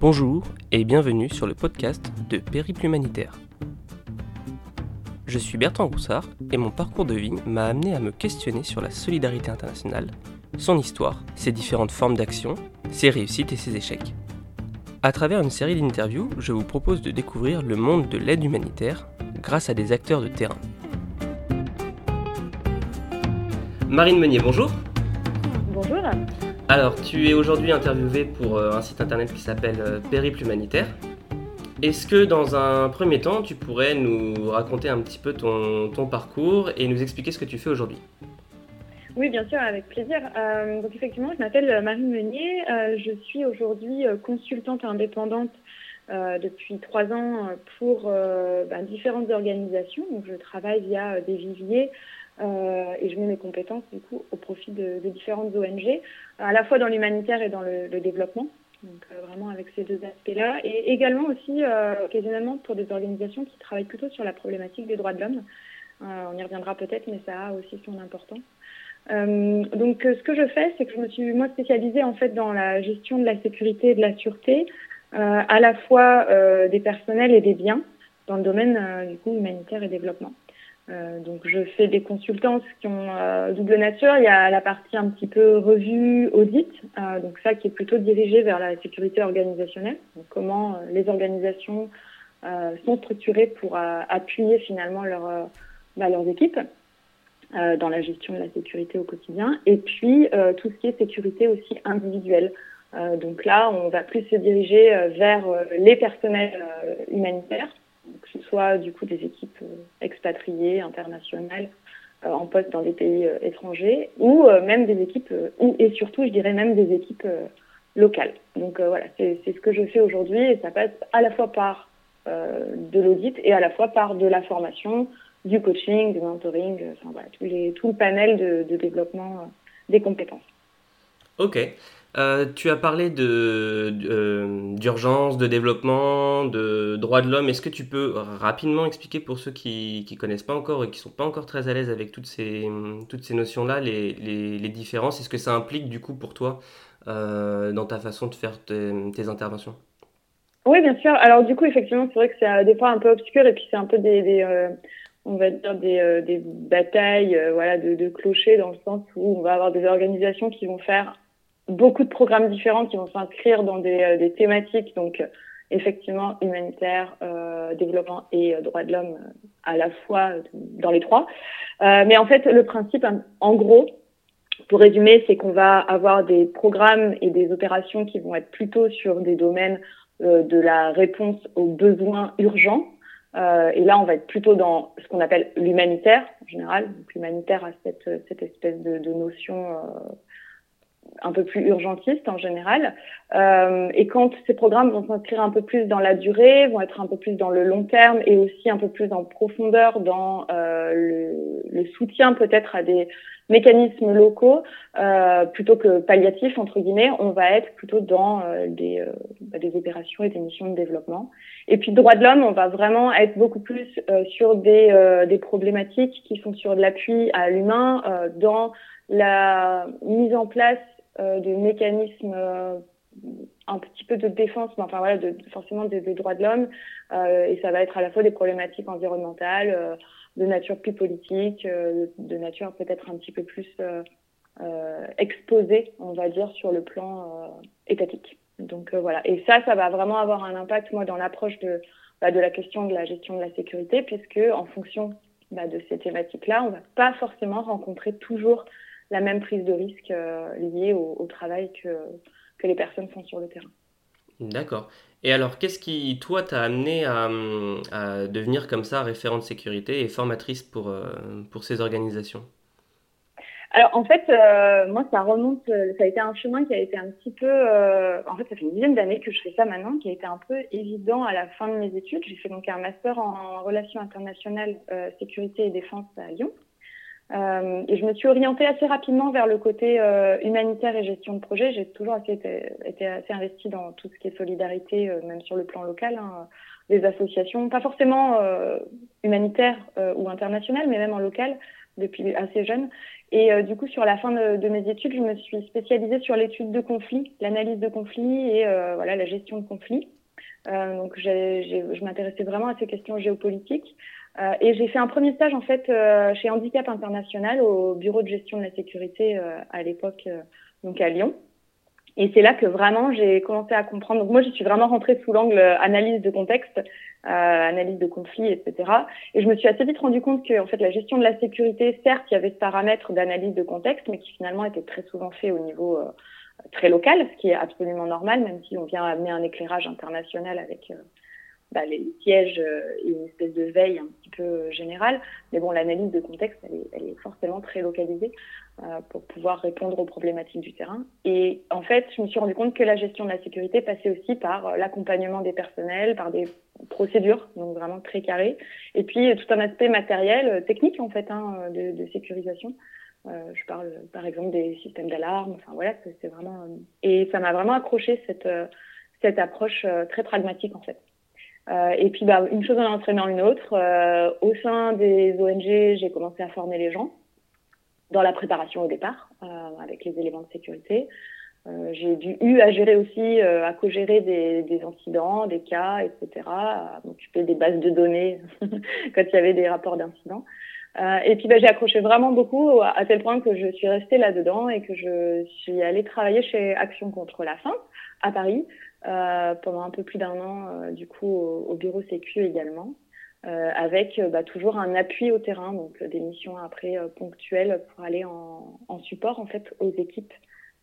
Bonjour et bienvenue sur le podcast de Périple Humanitaire. Je suis Bertrand Roussard et mon parcours de vie m'a amené à me questionner sur la solidarité internationale, son histoire, ses différentes formes d'action, ses réussites et ses échecs. À travers une série d'interviews, je vous propose de découvrir le monde de l'aide humanitaire grâce à des acteurs de terrain. Marine Meunier, bonjour. Bonjour. Alors, tu es aujourd'hui interviewée pour un site internet qui s'appelle Périple Humanitaire. Est-ce que dans un premier temps, tu pourrais nous raconter un petit peu ton parcours et nous expliquer ce que tu fais aujourd'hui ? Oui, bien sûr, avec plaisir. Donc effectivement, je m'appelle Marine Meunier. Je suis aujourd'hui consultante indépendante depuis 3 ans pour différentes organisations. Donc je travaille via des viviers et je mets mes compétences du coup au profit de différentes ONG, à la fois dans l'humanitaire et dans le développement. Donc vraiment avec ces deux aspects-là. Et également aussi occasionnellement pour des organisations qui travaillent plutôt sur la problématique des droits de l'homme. On y reviendra peut-être, mais ça a aussi son importance. Donc ce que je fais, c'est que je me suis moi spécialisée en fait dans la gestion de la sécurité et de la sûreté, à la fois des personnels et des biens dans le domaine du coup humanitaire et développement. Donc je fais des consultances qui ont double nature. Il y a la partie un petit peu revue, audit, donc ça qui est plutôt dirigée vers la sécurité organisationnelle. Donc comment les organisations sont structurées pour appuyer finalement leurs équipes dans la gestion de la sécurité au quotidien. Et puis tout ce qui est sécurité aussi individuelle. Donc là, on va plus se diriger vers les personnels humanitaires, que ce soit du coup des équipes expatriées, internationales, en poste dans des pays étrangers, ou même des équipes, et surtout, je dirais même des équipes locales. Donc voilà, c'est ce que je fais aujourd'hui, et ça passe à la fois par de l'audit et à la fois par de la formation, du coaching, du mentoring, enfin voilà, tout le panel de développement des compétences. Ok. Tu as parlé d'urgence, de développement, de droits de l'homme. Est-ce que tu peux rapidement expliquer pour ceux qui connaissent pas encore et qui sont pas encore très à l'aise avec toutes ces notions-là, les différences? Est-ce que ça implique du coup pour toi dans ta façon de faire tes interventions? Oui, bien sûr. Alors du coup, effectivement, c'est vrai que c'est des fois un peu obscur et puis c'est un peu on va dire des batailles voilà, de clochers, dans le sens où on va avoir des organisations qui vont faire beaucoup de programmes différents, qui vont s'inscrire dans des thématiques, donc effectivement humanitaire, développement et droits de l'homme à la fois dans les trois. Mais en fait, le principe, en gros, pour résumer, c'est qu'on va avoir des programmes et des opérations qui vont être plutôt sur des domaines de la réponse aux besoins urgents. Et là, on va être plutôt dans ce qu'on appelle l'humanitaire, en général. Donc, l'humanitaire a cette espèce de notion un peu plus urgentiste, en général. Et quand ces programmes vont s'inscrire un peu plus dans la durée, vont être un peu plus dans le long terme et aussi un peu plus en profondeur dans le soutien peut-être à des mécanismes locaux, plutôt que palliatifs, entre guillemets, on va être plutôt dans des opérations et des missions de développement. Et puis, droits de l'homme, on va vraiment être beaucoup plus sur des problématiques qui sont sur de l'appui à l'humain, dans la mise en place de mécanismes un petit peu de défense, mais enfin voilà, forcément des droits de l'homme, et ça va être à la fois des problématiques environnementales, de nature plus politique, de nature peut-être un petit peu plus exposée, on va dire, sur le plan étatique. Donc voilà, et ça va vraiment avoir un impact, moi, dans l'approche de la question de la gestion de la sécurité, puisque en fonction de ces thématiques-là, on va pas forcément rencontrer toujours la même prise de risque liée au travail que les personnes font sur le terrain. D'accord. Et alors, qu'est-ce qui, toi, t'a amené à devenir comme ça référente sécurité et formatrice pour ces organisations ? Alors en fait, moi ça remonte, ça a été un chemin qui a été un petit peu, en fait ça fait une dizaine d'années que je fais ça maintenant, qui a été un peu évident à la fin de mes études. J'ai fait donc un master en relations internationales, sécurité et défense à Lyon. Et je me suis orientée assez rapidement vers le côté humanitaire et gestion de projet. J'ai toujours été assez investie dans tout ce qui est solidarité, même sur le plan local, hein, des associations, pas forcément humanitaires ou internationales, mais même en local, depuis assez jeune. Et du coup, sur la fin de mes études, je me suis spécialisée sur l'étude de conflits, l'analyse de conflits et voilà, la gestion de conflits. Donc, je m'intéressais vraiment à ces questions géopolitiques. Et j'ai fait un premier stage, en fait, chez Handicap International, au bureau de gestion de la sécurité à l'époque, donc à Lyon. Et c'est là que vraiment j'ai commencé à comprendre. Donc moi, j'y suis vraiment rentrée sous l'angle analyse de contexte, analyse de conflits, etc. Et je me suis assez vite rendu compte que, en fait, la gestion de la sécurité, certes, il y avait ce paramètre d'analyse de contexte, mais qui finalement était très souvent fait au niveau très local, ce qui est absolument normal, même si on vient amener un éclairage international avec les sièges et une espèce de veille un petit peu générale. Mais bon, l'analyse de contexte, elle est forcément très localisée pour pouvoir répondre aux problématiques du terrain. Et en fait, je me suis rendu compte que la gestion de la sécurité passait aussi par l'accompagnement des personnels, par des procédures, donc vraiment très carrées, et puis tout un aspect matériel, technique en fait, de sécurisation. Je parle par exemple des systèmes d'alarme, enfin voilà, c'est vraiment... Et ça m'a vraiment accroché cette approche très pragmatique en fait. Et puis, une chose en entraînant une autre. Au sein des ONG, j'ai commencé à former les gens dans la préparation au départ, avec les éléments de sécurité. J'ai eu à gérer aussi, à co-gérer des incidents, des cas, etc., à m'occuper des bases de données quand il y avait des rapports d'incidents. Et puis, j'ai accroché vraiment beaucoup, à tel point que je suis restée là-dedans et que je suis allée travailler chez Action contre la faim à Paris pendant un peu plus d'un an, du coup, au bureau Sécu également, avec toujours un appui au terrain, donc des missions après ponctuelles pour aller en support en fait aux équipes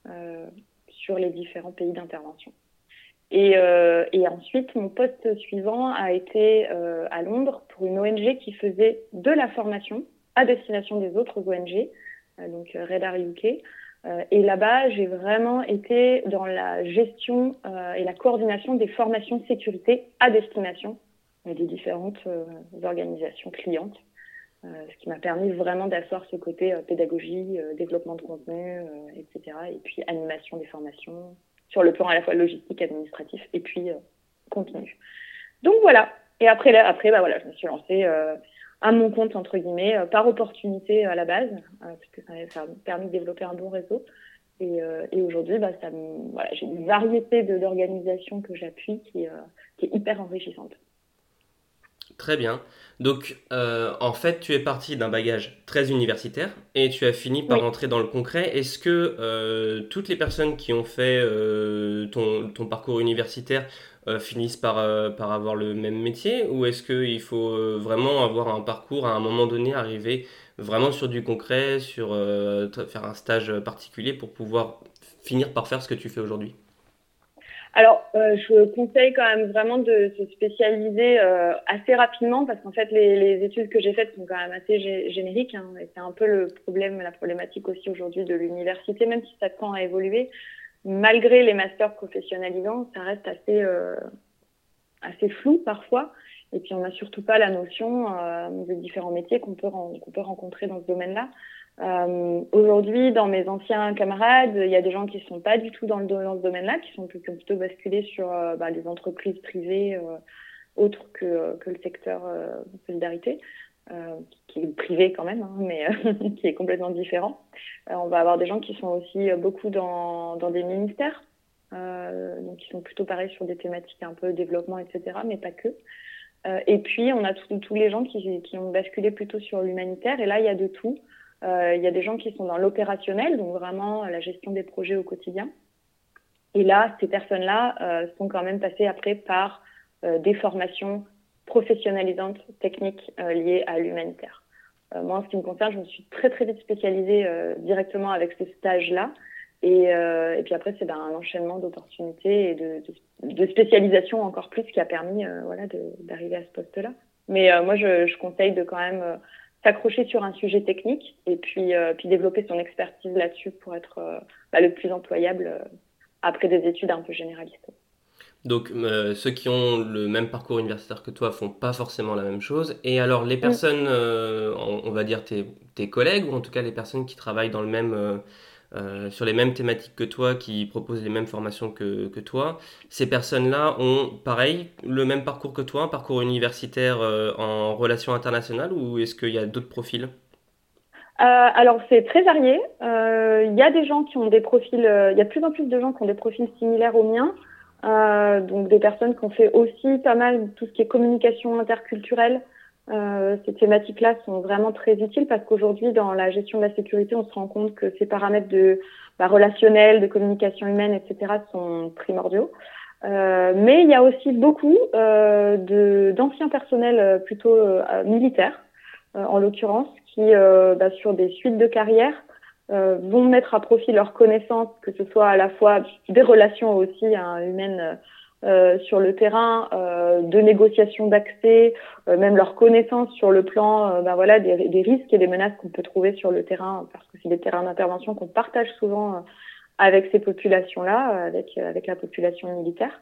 sur les différents pays d'intervention. Et ensuite, mon poste suivant a été à Londres pour une ONG qui faisait de la formation à destination des autres ONG, donc Radar UK. Et là-bas, j'ai vraiment été dans la gestion et la coordination des formations de sécurité à destination des différentes organisations clientes, ce qui m'a permis vraiment d'asseoir ce côté pédagogie, développement de contenu, etc. Et puis animation des formations sur le plan à la fois logistique, administratif et puis contenu. Donc voilà. Et après, je me suis lancée à mon compte, entre guillemets, par opportunité à la base, parce que ça m'a permis de développer un bon réseau. Et aujourd'hui, j'ai une variété d'organisations que j'appuie qui est hyper enrichissante. Très bien. Donc, en fait, tu es parti d'un bagage très universitaire et tu as fini par entrer dans le concret. Est-ce que toutes les personnes qui ont fait ton parcours universitaire finissent par avoir le même métier, ou est-ce qu'il faut vraiment avoir un parcours à un moment donné, arriver vraiment sur du concret, faire un stage particulier pour pouvoir finir par faire ce que tu fais aujourd'hui? Alors, je conseille quand même vraiment de se spécialiser assez rapidement, parce qu'en fait, les études que j'ai faites sont quand même assez génériques, et c'est un peu la problématique aussi aujourd'hui de l'université, même si ça tend à évoluer. Malgré les masters professionnalisants, ça reste assez flou parfois. Et puis, on n'a surtout pas la notion des différents métiers qu'on peut rencontrer dans ce domaine-là. Aujourd'hui, dans mes anciens camarades, il y a des gens qui sont pas du tout dans ce domaine-là, qui ont plutôt basculé sur les entreprises privées autres que le secteur solidarité, qui est privé quand même, mais qui est complètement différent. On va avoir des gens qui sont aussi beaucoup dans des ministères, donc qui sont plutôt pareils sur des thématiques un peu développement, etc., mais pas que. Et puis, on a tous les gens qui ont basculé plutôt sur l'humanitaire, et là, il y a de tout. Il y a des gens qui sont dans l'opérationnel, donc vraiment la gestion des projets au quotidien. Et là, ces personnes-là sont quand même passées après par des formations professionnalisantes, techniques liées à l'humanitaire. Moi, en ce qui me concerne, je me suis très très vite spécialisée directement avec ce stage-là. Et puis après, c'est un enchaînement d'opportunités et de spécialisation encore plus qui a permis d'arriver à ce poste-là. Mais moi, je conseille de quand même s'accrocher sur un sujet technique et puis développer son expertise là-dessus pour être le plus employable après des études un peu généralistes. Donc, ceux qui ont le même parcours universitaire que toi font pas forcément la même chose. Et alors, les personnes, on va dire tes collègues, ou en tout cas les personnes qui travaillent dans sur les mêmes thématiques que toi, qui proposent les mêmes formations que toi, ces personnes-là ont, pareil, le même parcours que toi, un parcours universitaire en relations internationales, ou est-ce qu'il y a d'autres profils? Alors c'est très varié. Il y a des gens qui ont des profils, il y a de plus en plus de gens qui ont des profils similaires aux miens. Donc des personnes qui ont fait aussi pas mal tout ce qui est communication interculturelle. Ces thématiques-là sont vraiment très utiles parce qu'aujourd'hui, dans la gestion de la sécurité, on se rend compte que ces paramètres de relationnel, de communication humaine, etc., sont primordiaux. Mais il y a aussi beaucoup d'anciens personnels plutôt militaires, en l'occurrence, qui, sur des suites de carrière, vont mettre à profit leurs connaissances, que ce soit à la fois des relations aussi humaines sur le terrain, de négociation d'accès, même leurs connaissances sur le plan des risques et des menaces qu'on peut trouver sur le terrain, parce que c'est des terrains d'intervention qu'on partage souvent avec ces populations-là, avec la population militaire.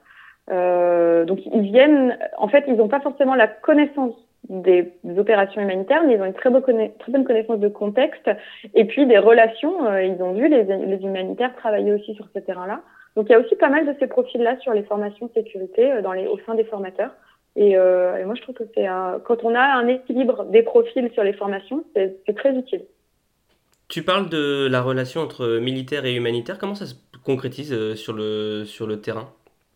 Donc ils viennent, en fait, ils n'ont pas forcément la connaissance des opérations humanitaires, mais ils ont une très bonne connaissance de contexte et puis des relations. Ils ont vu les humanitaires travailler aussi sur ce terrain-là. Donc il y a aussi pas mal de ces profils-là sur les formations sécurité au sein des formateurs. Et moi je trouve que quand on a un équilibre des profils sur les formations, c'est très utile. Tu parles de la relation entre militaire et humanitaire. Comment ça se concrétise sur le terrain?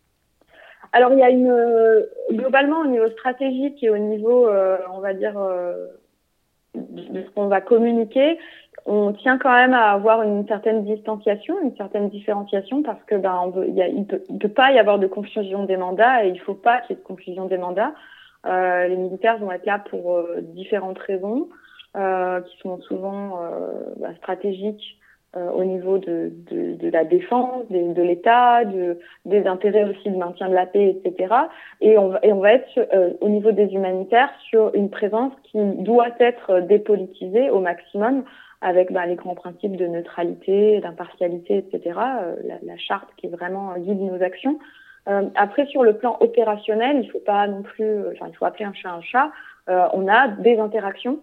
Alors, il y a globalement, au niveau stratégique et au niveau, on va dire, de ce qu'on va communiquer, on tient quand même à avoir une certaine distanciation, une certaine différenciation, parce que il peut pas y avoir de confusion des mandats et il faut pas qu'il y ait de confusion des mandats. Les militaires vont être là pour différentes raisons, qui sont souvent stratégiques au niveau de la défense, de l'État, des intérêts aussi de maintien de la paix, etc. Et on va être au niveau des humanitaires sur une présence qui doit être dépolitisée au maximum, avec les grands principes de neutralité, d'impartialité, etc. La charte qui vraiment guide nos actions. Après, sur le plan opérationnel, il faut pas non plus, il faut appeler un chat un chat. On a des interactions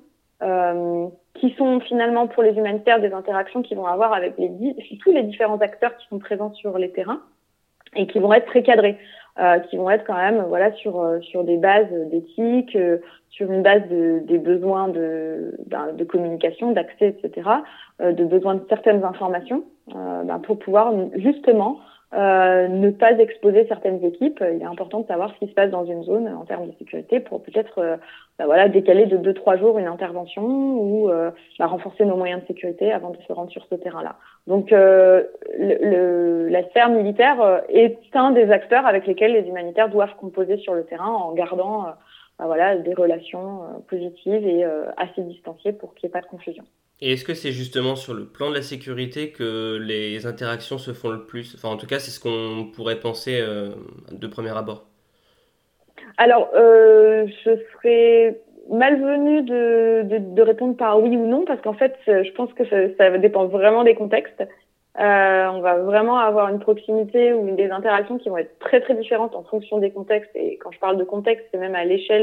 qui sont finalement pour les humanitaires des interactions qu'ils vont avoir avec tous les différents acteurs qui sont présents sur les terrains et qui vont être très cadrés, qui vont être quand même sur des bases d'éthique, sur une base des besoins de communication, d'accès, etc., de besoin de certaines informations pour pouvoir justement ne pas exposer certaines équipes. Il est important de savoir ce qui se passe dans une zone en termes de sécurité pour peut-être décaler de 2-3 jours une intervention ou renforcer nos moyens de sécurité avant de se rendre sur ce terrain-là. Donc la sphère militaire est un des acteurs avec lesquels les humanitaires doivent composer sur le terrain en gardant des relations positives et assez distanciées pour qu'il n'y ait pas de confusion. Et est-ce que c'est justement sur le plan de la sécurité que les interactions se font le plus? Enfin, en tout cas, c'est ce qu'on pourrait penser de premier abord. Alors, je serais malvenue de répondre par oui ou non, parce qu'en fait, je pense que ça dépend vraiment des contextes. On va vraiment avoir une proximité ou des interactions qui vont être très très différentes en fonction des contextes. Et quand je parle de contexte, c'est même à l'échelle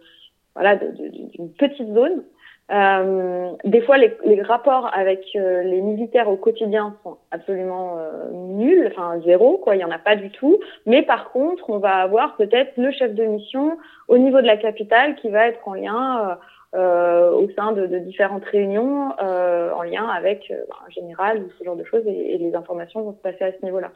d'une petite zone. Des fois, les rapports avec les militaires au quotidien sont absolument nuls, enfin zéro, quoi. Il y en a pas du tout. Mais par contre, on va avoir peut-être le chef de mission au niveau de la capitale qui va être en lien au sein de différentes réunions, en lien avec un général ou ce genre de choses, et les informations vont se passer à ce niveau-là.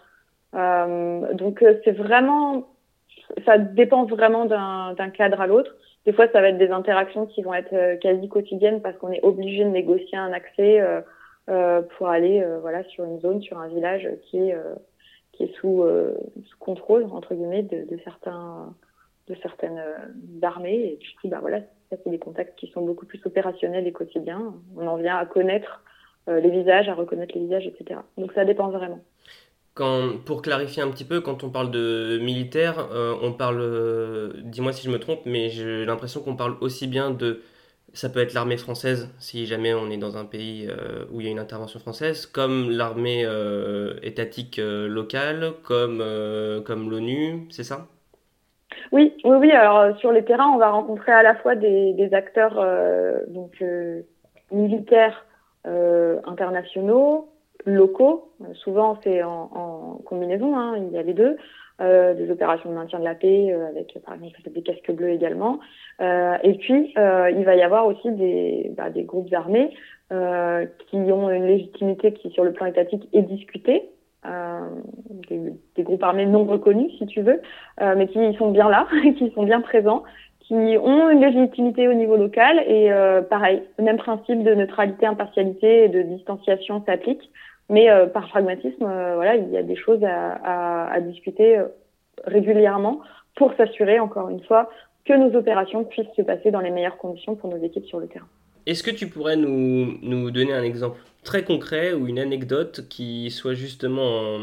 Donc c'est vraiment, ça dépend vraiment d'un cadre à l'autre. Des fois, ça va être des interactions qui vont être quasi quotidiennes parce qu'on est obligé de négocier un accès pour aller sur une zone, sur un village qui est sous contrôle entre guillemets de certaines armées. Et du coup, ça c'est des contacts qui sont beaucoup plus opérationnels et quotidiens. On en vient à connaître les visages, à reconnaître les visages, etc. Donc ça dépend vraiment. Pour clarifier un petit peu, quand on parle de militaire, on parle, dis-moi si je me trompe, mais j'ai l'impression qu'on parle aussi bien ça peut être l'armée française, si jamais on est dans un pays où il y a une intervention française, comme l'armée étatique locale, comme l'ONU, c'est ça? Oui. Alors sur les terrains, on va rencontrer à la fois des acteurs militaires internationaux, locaux. Souvent, c'est en combinaison, il y a les deux. des opérations de maintien de la paix avec par exemple des casques bleus également. Et puis il va y avoir aussi des groupes armés qui ont une légitimité qui sur le plan étatique est discutée. Des groupes armés non reconnus si tu veux, mais qui sont bien là, qui sont bien présents, qui ont une légitimité au niveau local et pareil, le même principe de neutralité, impartialité et de distanciation s'applique. Mais par pragmatisme, voilà, il y a des choses à discuter régulièrement pour s'assurer, encore une fois, que nos opérations puissent se passer dans les meilleures conditions pour nos équipes sur le terrain. Est-ce que tu pourrais nous donner un exemple très concret ou une anecdote qui soit justement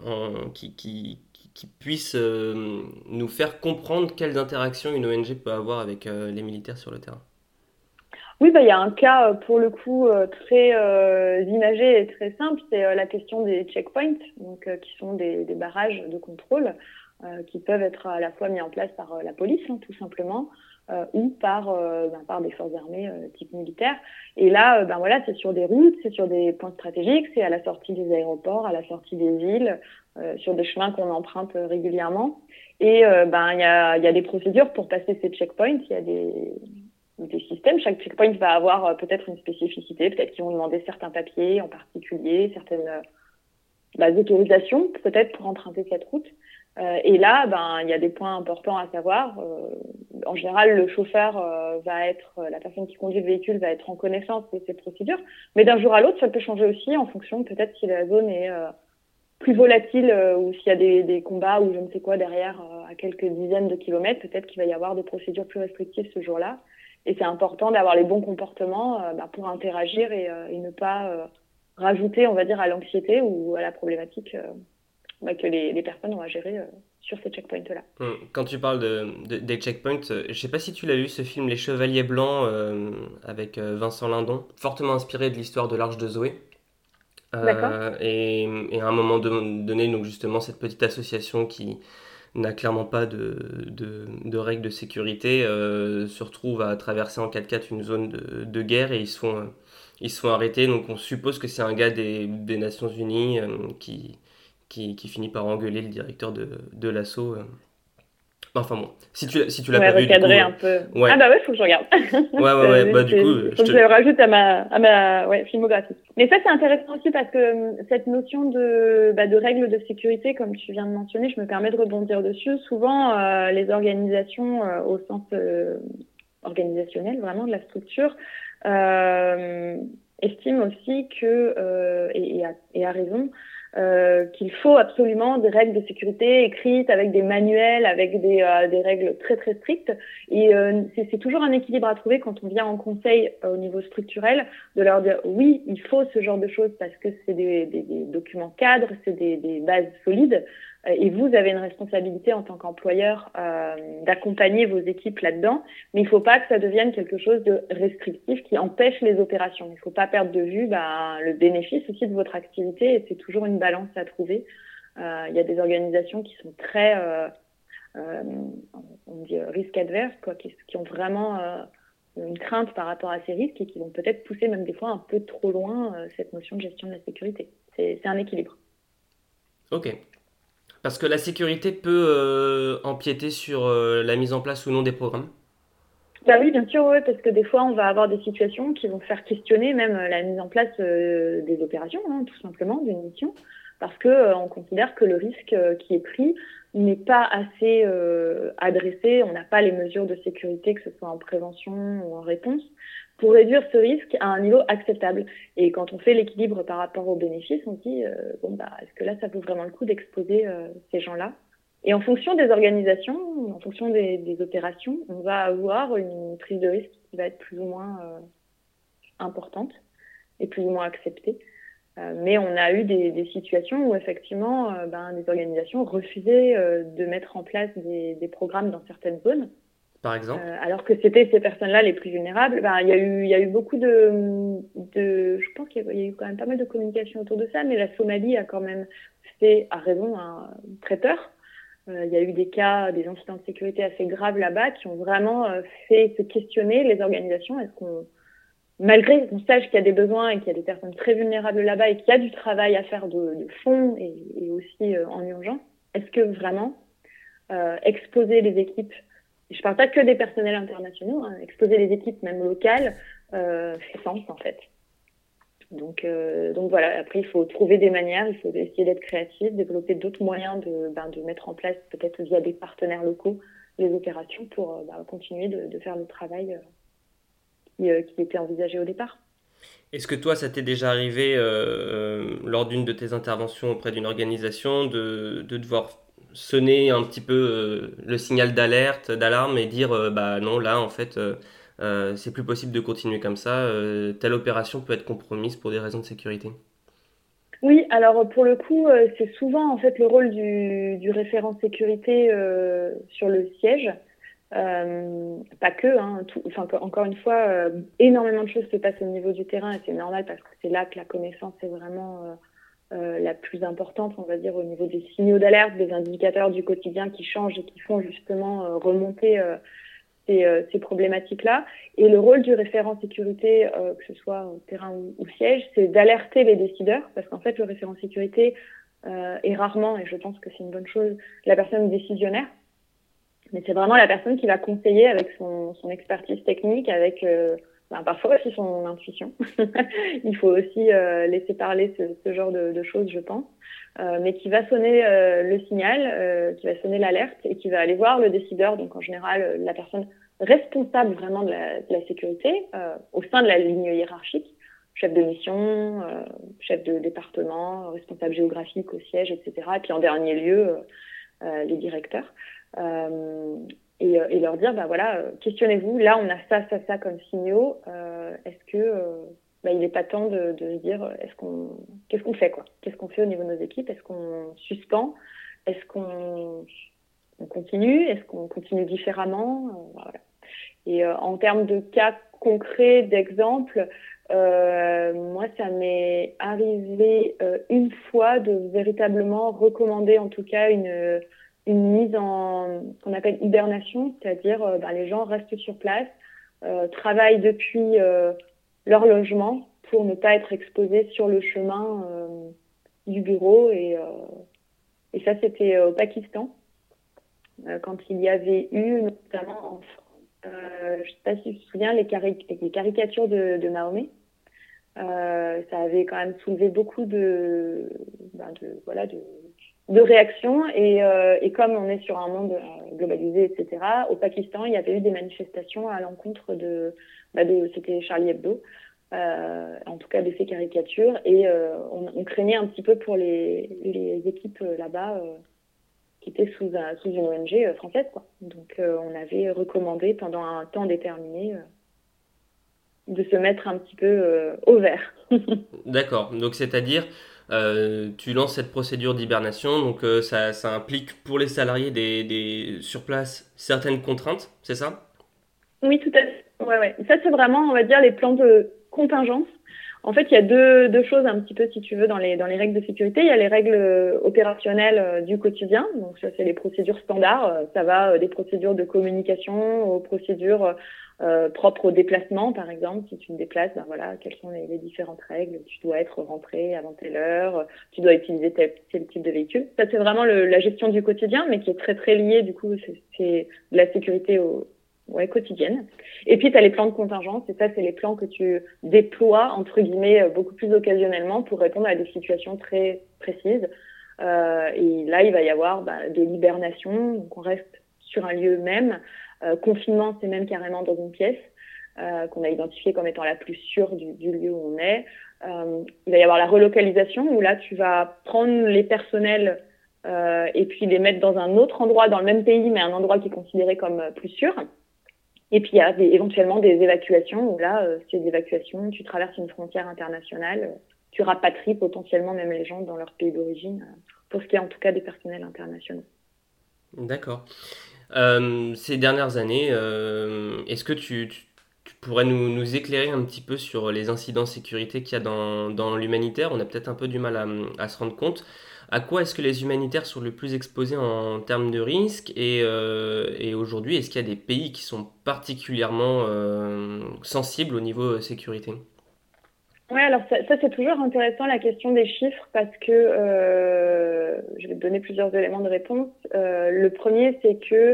qui puisse nous faire comprendre quelles interactions une ONG peut avoir avec les militaires sur le terrain? Oui, il y a un cas pour le coup très imagé et très simple, c'est la question des checkpoints, donc qui sont des barrages de contrôle qui peuvent être à la fois mis en place par la police, tout simplement, ou par des forces armées type militaire. Et là, voilà, c'est sur des routes, c'est sur des points stratégiques, c'est à la sortie des aéroports, à la sortie des villes, sur des chemins qu'on emprunte régulièrement. Et il y a des procédures pour passer ces checkpoints. Il y a des systèmes. Chaque checkpoint va avoir peut-être une spécificité, peut-être qu'ils vont demander certains papiers en particulier, certaines autorisations peut-être pour emprunter cette route. Et là, il y a des points importants à savoir. En général, le chauffeur la personne qui conduit le véhicule va être en connaissance de ces procédures, mais d'un jour à l'autre, ça peut changer aussi en fonction peut-être si la zone est plus volatile ou s'il y a des combats ou je ne sais quoi derrière à quelques dizaines de kilomètres, peut-être qu'il va y avoir des procédures plus restrictives ce jour-là. Et c'est important d'avoir les bons comportements pour interagir et ne pas rajouter, on va dire, à l'anxiété ou à la problématique que les personnes ont à gérer sur ces checkpoints-là. Quand tu parles des checkpoints, je ne sais pas si tu l'as vu, ce film Les Chevaliers Blancs avec Vincent Lindon, fortement inspiré de l'histoire de l'Arche de Zoé. Et à un moment donné, donc justement, cette petite association qui n'a clairement pas de règles de sécurité se retrouve à traverser en 4x4 une zone de guerre et ils se font arrêter. Donc on suppose que c'est un gars des Nations Unies qui finit par engueuler le directeur de l'assaut. Enfin bon, si tu l'as pas vu, du coup, un peu. Ouais. Ah bah ouais, faut que je regarde. Ouais, du coup, faut que je le rajoute à ma filmographie. Mais ça c'est intéressant aussi parce que cette notion de règles de sécurité, comme tu viens de mentionner, je me permets de rebondir dessus. Souvent, les organisations au sens organisationnel, vraiment de la structure, estiment aussi que et à raison. Qu'il faut absolument des règles de sécurité écrites avec des manuels, avec des règles très très strictes. Et c'est toujours un équilibre à trouver quand on vient en conseil au niveau structurel, de leur dire oui, il faut ce genre de choses parce que c'est des documents cadres, c'est des bases solides. Et vous avez une responsabilité en tant qu'employeur d'accompagner vos équipes là-dedans, mais il ne faut pas que ça devienne quelque chose de restrictif qui empêche les opérations. Il ne faut pas perdre de vue le bénéfice aussi de votre activité et c'est toujours une balance à trouver. Il y a des organisations qui sont très on dit risque adverse, qui ont vraiment une crainte par rapport à ces risques et qui vont peut-être pousser même des fois un peu trop loin cette notion de gestion de la sécurité. C'est un équilibre. Ok. Parce que la sécurité peut empiéter sur la mise en place ou non des programmes. Oui, bien sûr, parce que des fois, on va avoir des situations qui vont faire questionner même la mise en place des opérations, tout simplement, d'une mission, parce que on considère que le risque qui est pris n'est pas assez adressé, on n'a pas les mesures de sécurité, que ce soit en prévention ou en réponse, pour réduire ce risque à un niveau acceptable. Et quand on fait l'équilibre par rapport aux bénéfices, on se dit, est-ce que là, ça vaut vraiment le coup d'exposer ces gens-là ? Et en fonction des organisations, en fonction des opérations, on va avoir une prise de risque qui va être plus ou moins importante et plus ou moins acceptée. Mais on a eu des situations où effectivement, des organisations refusaient de mettre en place des programmes dans certaines zones. Par exemple alors que c'était ces personnes-là les plus vulnérables. Il y a eu beaucoup je pense qu'il y a eu quand même pas mal de communication autour de ça, mais la Somalie a quand même fait, à raison, un traiteur. Il y a eu des cas, des incidents de sécurité assez graves là-bas qui ont vraiment fait se questionner les organisations. Est-ce qu'on, malgré qu'on sache qu'il y a des besoins et qu'il y a des personnes très vulnérables là-bas et qu'il y a du travail à faire de fond et aussi en urgence, est-ce que vraiment exposer les équipes. Je ne parle pas que des personnels internationaux, hein, exposer les équipes même locales fait sens en fait. Donc voilà, après il faut trouver des manières, il faut essayer d'être créatif, développer d'autres moyens de mettre en place, peut-être via des partenaires locaux, les opérations pour continuer de faire le travail qui était envisagé au départ. Est-ce que toi, ça t'est déjà arrivé lors d'une de tes interventions auprès d'une organisation de devoir sonner un petit peu le signal d'alerte, d'alarme et dire bah non, là en fait c'est plus possible de continuer comme ça, telle opération peut être compromise pour des raisons de sécurité? Oui, alors pour le coup, c'est souvent en fait le rôle du référent sécurité sur le siège. Pas que, hein, encore une fois, énormément de choses se passent au niveau du terrain et c'est normal parce que c'est là que la connaissance est vraiment la plus importante, on va dire, au niveau des signaux d'alerte, des indicateurs du quotidien qui changent et qui font justement remonter ces problématiques-là. Et le rôle du référent sécurité, que ce soit au terrain ou siège, c'est d'alerter les décideurs, parce qu'en fait, le référent sécurité est rarement, et je pense que c'est une bonne chose, la personne décisionnaire. Mais c'est vraiment la personne qui va conseiller avec son expertise technique, avec parfois aussi son intuition. Il faut aussi laisser parler ce genre de choses, je pense. Mais qui va sonner le signal, qui va sonner l'alerte et qui va aller voir le décideur, donc en général la personne responsable vraiment de la sécurité au sein de la ligne hiérarchique, chef de mission, chef de département, responsable géographique au siège, etc. Et puis en dernier lieu, les directeurs. Et leur dire, voilà, questionnez-vous, là on a ça comme signaux, est-ce que il n'est pas temps de se dire, qu'est-ce qu'on fait, quoi? Qu'est-ce qu'on fait au niveau de nos équipes? Est-ce qu'on suspend? Est-ce qu'on continue? Est-ce qu'on continue différemment? Voilà. Et en termes de cas concrets, d'exemples, moi, ça m'est arrivé une fois de véritablement recommander, en tout cas, une mise en qu'on appelle hibernation, c'est-à-dire les gens restent sur place, travaillent depuis leur logement pour ne pas être exposés sur le chemin du bureau. Et ça, c'était au Pakistan, quand il y avait eu notamment, je ne sais pas si tu te souviens, les caricatures de Mahomet. Ça avait quand même soulevé beaucoup de réactions et comme on est sur un monde globalisé, etc., au Pakistan, il y avait eu des manifestations à l'encontre c'était Charlie Hebdo, en tout cas de ces caricatures, et on craignait un petit peu pour les équipes là-bas qui étaient sous une ONG française, quoi. Donc on avait recommandé pendant un temps déterminé de se mettre un petit peu au vert. D'accord, donc c'est-à-dire tu lances cette procédure d'hibernation, donc ça implique pour les salariés sur place certaines contraintes, c'est ça? Oui, tout à fait. Ouais. Ça, c'est vraiment, on va dire, les plans de contingence. En fait, il y a deux choses un petit peu, si tu veux, dans les règles de sécurité. Il y a les règles opérationnelles du quotidien. Donc ça, c'est les procédures standards. Ça va des procédures de communication aux procédures propres au déplacement, par exemple. Si tu te déplaces, voilà, quelles sont les différentes règles? Tu dois être rentré avant telle heure. Tu dois utiliser tel type de véhicule. Ça, c'est vraiment la gestion du quotidien, mais qui est très, très liée. Du coup, c'est de la sécurité quotidienne. Et puis, tu as les plans de contingence, et ça, c'est les plans que tu déploies, entre guillemets, beaucoup plus occasionnellement pour répondre à des situations très précises. Et là, il va y avoir de l'hibernation, donc on reste sur un lieu même. Confinement, c'est même carrément dans une pièce qu'on a identifiée comme étant la plus sûre du lieu où on est. Il va y avoir la relocalisation, où là, tu vas prendre les personnels et puis les mettre dans un autre endroit, dans le même pays, mais un endroit qui est considéré comme plus sûr. Et puis, il y a éventuellement des évacuations où là, c'est des évacuations, tu traverses une frontière internationale, tu rapatries potentiellement même les gens dans leur pays d'origine, pour ce qui est en tout cas des personnels internationaux. D'accord. Ces dernières années, est-ce que tu pourrais nous éclairer un petit peu sur les incidents de sécurité qu'il y a dans l'humanitaire? On a peut-être un peu du mal à se rendre compte. À quoi est-ce que les humanitaires sont le plus exposés en termes de risques? Et aujourd'hui, est-ce qu'il y a des pays qui sont particulièrement sensibles au niveau sécurité? Ouais, alors ça c'est toujours intéressant la question des chiffres parce que je vais te donner plusieurs éléments de réponse. Le premier, c'est que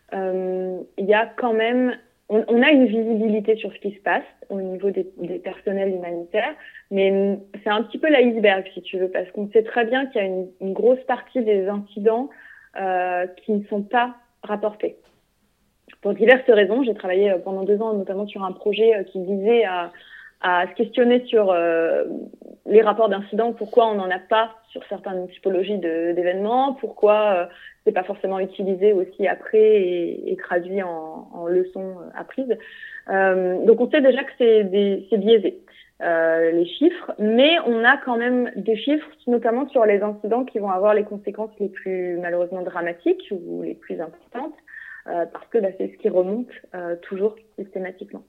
il y a quand même, on a une visibilité sur ce qui se passe au niveau des personnels humanitaires, mais c'est un petit peu l'iceberg si tu veux, parce qu'on sait très bien qu'il y a une grosse partie des incidents qui ne sont pas rapportés. Pour diverses raisons, j'ai travaillé pendant 2 ans notamment sur un projet qui visait à se questionner sur les rapports d'incidents, pourquoi on n'en a pas sur certaines typologies d'événements, pourquoi c'est pas forcément utilisé aussi après et traduit en leçons apprises. Donc on sait déjà que c'est biaisé, les chiffres, mais on a quand même des chiffres, notamment sur les incidents qui vont avoir les conséquences les plus malheureusement dramatiques ou les plus importantes. Parce que c'est ce qui remonte toujours systématiquement.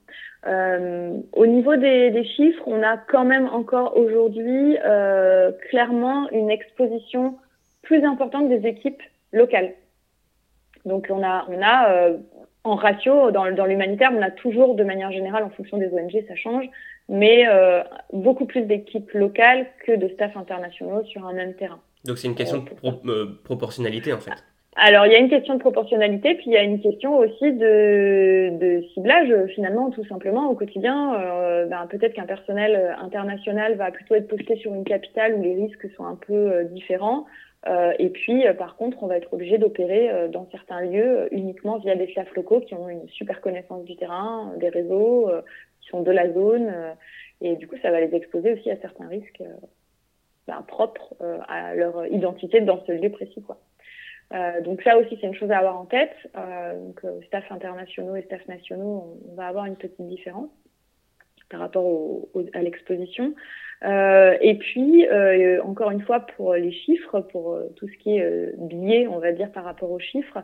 Au niveau des chiffres, on a quand même encore aujourd'hui clairement une exposition plus importante des équipes locales. Donc on a en ratio dans l'humanitaire, on a toujours de manière générale en fonction des ONG, ça change, mais beaucoup plus d'équipes locales que de staff internationaux sur un même terrain. Donc c'est une question de proportionnalité en fait. Alors, il y a une question de proportionnalité, puis il y a une question aussi de ciblage, finalement, tout simplement, au quotidien. Peut-être qu'un personnel international va plutôt être posté sur une capitale où les risques sont un peu différents. Et puis, par contre, on va être obligé d'opérer dans certains lieux uniquement via des staffs locaux qui ont une super connaissance du terrain, des réseaux, qui sont de la zone. Et du coup, ça va les exposer aussi à certains risques propres à leur identité dans ce lieu précis, quoi. Donc ça aussi, c'est une chose à avoir en tête. Staff internationaux et staff nationaux, on va avoir une petite différence par rapport à l'exposition. Et puis, encore une fois, pour les chiffres, pour tout ce qui est biais, on va dire, par rapport aux chiffres,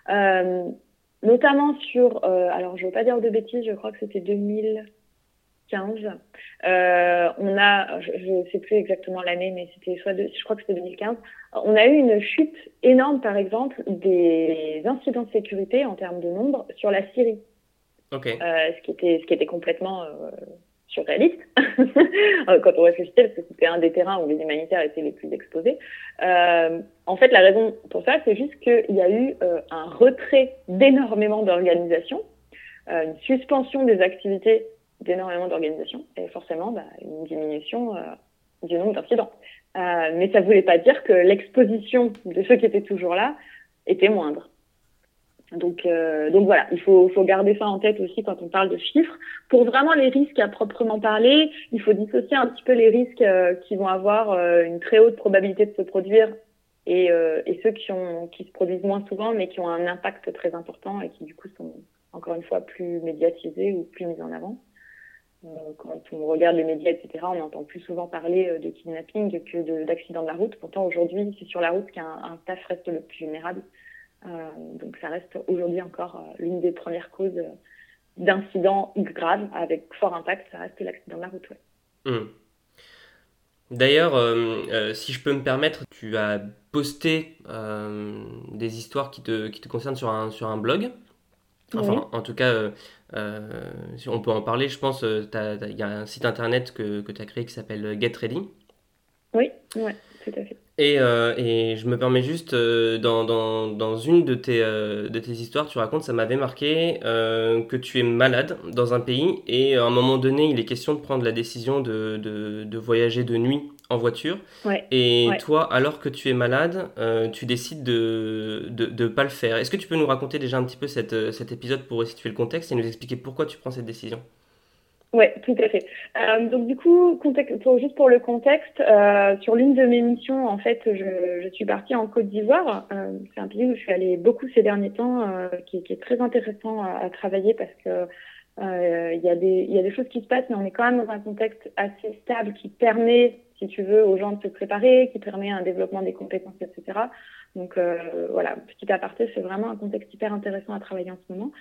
notamment sur, alors je ne veux pas dire de bêtises, je crois que c'était 2015. On a, je ne sais plus exactement l'année, mais je crois que c'était 2015. On a eu une chute énorme, par exemple, des incidents de sécurité en termes de nombre sur la Syrie. Okay. Ce qui était complètement surréaliste quand on réfléchissait, parce que c'était un des terrains où les humanitaires étaient les plus exposés. En fait, la raison pour ça, c'est juste qu'il y a eu un retrait d'énormément d'organisations, une suspension des activités d'énormément d'organisations et forcément une diminution du nombre d'incidents. Mais ça ne voulait pas dire que l'exposition de ceux qui étaient toujours là était moindre. Donc voilà, il faut garder ça en tête aussi quand on parle de chiffres. Pour vraiment les risques à proprement parler, il faut dissocier un petit peu les risques qui vont avoir une très haute probabilité de se produire et ceux qui se produisent moins souvent mais qui ont un impact très important et qui du coup sont encore une fois plus médiatisés ou plus mis en avant. Quand on regarde les médias, etc., on entend plus souvent parler de kidnapping que d'accidents de la route. Pourtant, aujourd'hui, c'est sur la route qu'un staff reste le plus vulnérable. Donc, ça reste aujourd'hui encore l'une des premières causes d'incidents graves avec fort impact. Ça reste l'accident de la route. Ouais. D'ailleurs, si je peux me permettre, tu as posté des histoires qui te concernent sur un blog. Enfin, oui. En tout cas, si on peut en parler, je pense. Il y a un site internet que tu as créé qui s'appelle Get Ready. Oui, ouais, tout à fait. Et je me permets juste, dans une de tes histoires, tu racontes, ça m'avait marqué, que tu es malade dans un pays et à un moment donné, il est question de prendre la décision de voyager de nuit en voiture. Ouais, et ouais. toi, alors que tu es malade, tu décides de pas le faire. Est-ce que tu peux nous raconter déjà un petit peu cet épisode pour resituer le contexte et nous expliquer pourquoi tu prends cette décision ? Oui, tout à fait. Donc du coup, juste pour le contexte, sur l'une de mes missions, en fait, je suis partie en Côte d'Ivoire. C'est un pays où je suis allée beaucoup ces derniers temps, qui est très intéressant à travailler parce que il y a des choses qui se passent, mais on est quand même dans un contexte assez stable qui permet, si tu veux, aux gens de se préparer, qui permet un développement des compétences, etc. Donc voilà, petit aparté, c'est vraiment un contexte hyper intéressant à travailler en ce moment.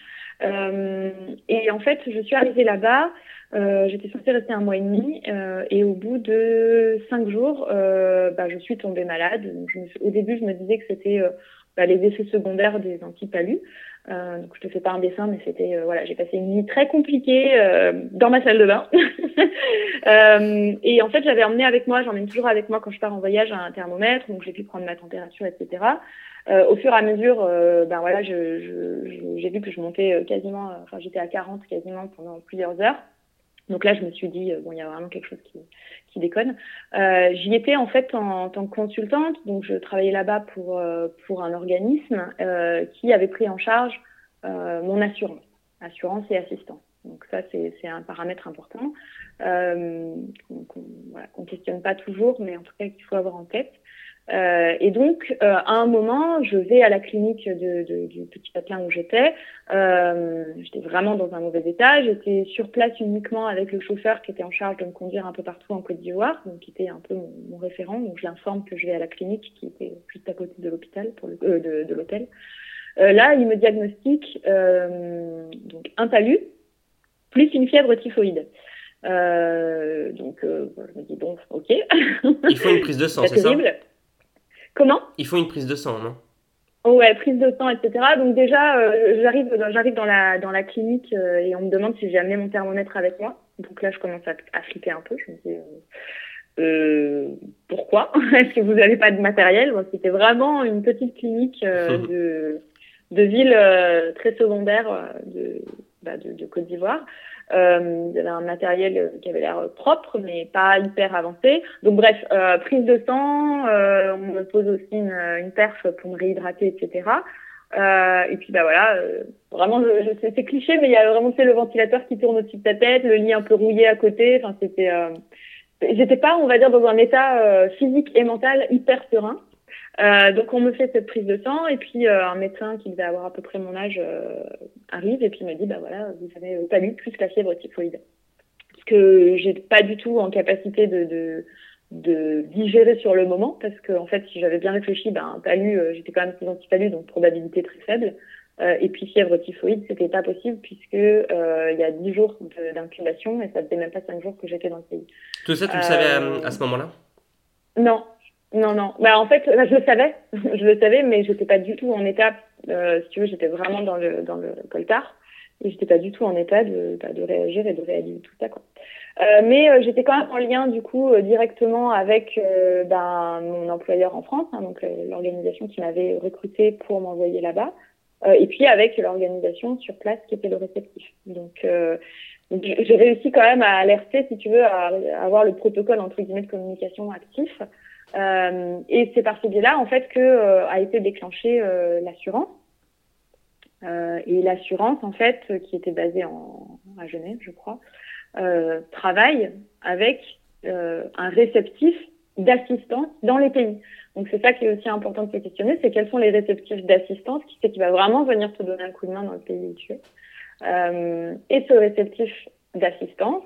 Et en fait, je suis arrivée là-bas, j'étais censée rester 1 mois et demi, et au bout de 5 jours, je suis tombée malade. Donc, au début, je me disais que c'était les effets secondaires des antipalus. Donc je te fais pas un dessin, mais c'était voilà, j'ai passé une nuit très compliquée dans ma salle de bain. Et en fait, j'emmène toujours avec moi quand je pars en voyage un thermomètre, donc j'ai pu prendre ma température, etc. Au fur et à mesure, voilà, j'ai vu que je montais quasiment, j'étais à 40 quasiment pendant plusieurs heures. Donc là, je me suis dit, bon, il y a vraiment quelque chose qui déconne. J'y étais en fait en tant que consultante, donc je travaillais là-bas pour un organisme qui avait pris en charge mon assurance et assistance. Donc ça, c'est un paramètre important qu'on questionne pas toujours, mais en tout cas qu'il faut avoir en tête. Et donc, à un moment, je vais à la clinique du petit patelin où j'étais. J'étais vraiment dans un mauvais état. J'étais sur place uniquement avec le chauffeur qui était en charge de me conduire un peu partout en Côte d'Ivoire, donc qui était un peu mon référent. Donc, je l'informe que je vais à la clinique qui était juste à côté de l'hôpital, de l'hôtel. Là, il me diagnostique donc un talus plus une fièvre typhoïde. Donc, je me dis bon, ok. Il faut une prise de sang, c'est terrible. Ça Comment ? Il faut une prise de sang, non ? Ouais, prise de sang, etc. Donc déjà, j'arrive dans la clinique et on me demande si j'ai amené mon thermomètre avec moi. Donc là, je commence à flipper un peu. Je me dis, pourquoi ? Est-ce que vous n'avez pas de matériel ? Bon, c'était vraiment une petite clinique de ville très secondaire de Côte d'Ivoire. Il y avait un matériel qui avait l'air propre, mais pas hyper avancé. Donc bref, prise de sang, on me pose aussi une perf pour me réhydrater, etc. Et puis voilà, vraiment, c'est cliché, mais il y a vraiment le ventilateur qui tourne au-dessus de ta tête, le lit un peu rouillé à côté. Enfin, j'étais pas, on va dire, dans un état physique et mental hyper serein. Donc on me fait cette prise de sang et puis un médecin qui devait avoir à peu près mon âge arrive et puis me dit voilà, vous avez talus plus la fièvre typhoïde, ce que j'ai pas du tout en capacité de digérer sur le moment, parce que en fait si j'avais bien réfléchi, un talus, j'étais quand même sous anti-talus, donc probabilité très faible, et puis fièvre typhoïde c'était pas possible puisque il y a 10 jours d'incubation et ça faisait même pas 5 jours que j'étais dans le pays. Tout ça tu le savais à ce moment-là ? Non. En fait, je le savais, mais j'étais pas du tout en état. Si tu veux, j'étais vraiment dans le coltard et j'étais pas du tout en état de réagir et de réaliser tout ça, quoi. Mais j'étais quand même en lien du coup directement avec mon employeur en France, donc l'organisation qui m'avait recruté pour m'envoyer là-bas, et puis avec l'organisation sur place qui était le réceptif. Donc j'ai réussi quand même à alerter, si tu veux, à avoir le protocole entre guillemets de communication actif. Et c'est par ce biais-là, en fait, que a été déclenchée l'assurance. Et l'assurance, en fait, qui était basée à Genève, je crois, travaille avec un réceptif d'assistance dans les pays. Donc c'est ça qui est aussi important de se questionner, c'est quels sont les réceptifs d'assistance, qui c'est qui va vraiment venir te donner un coup de main dans le pays où tu es. Et ce réceptif d'assistance,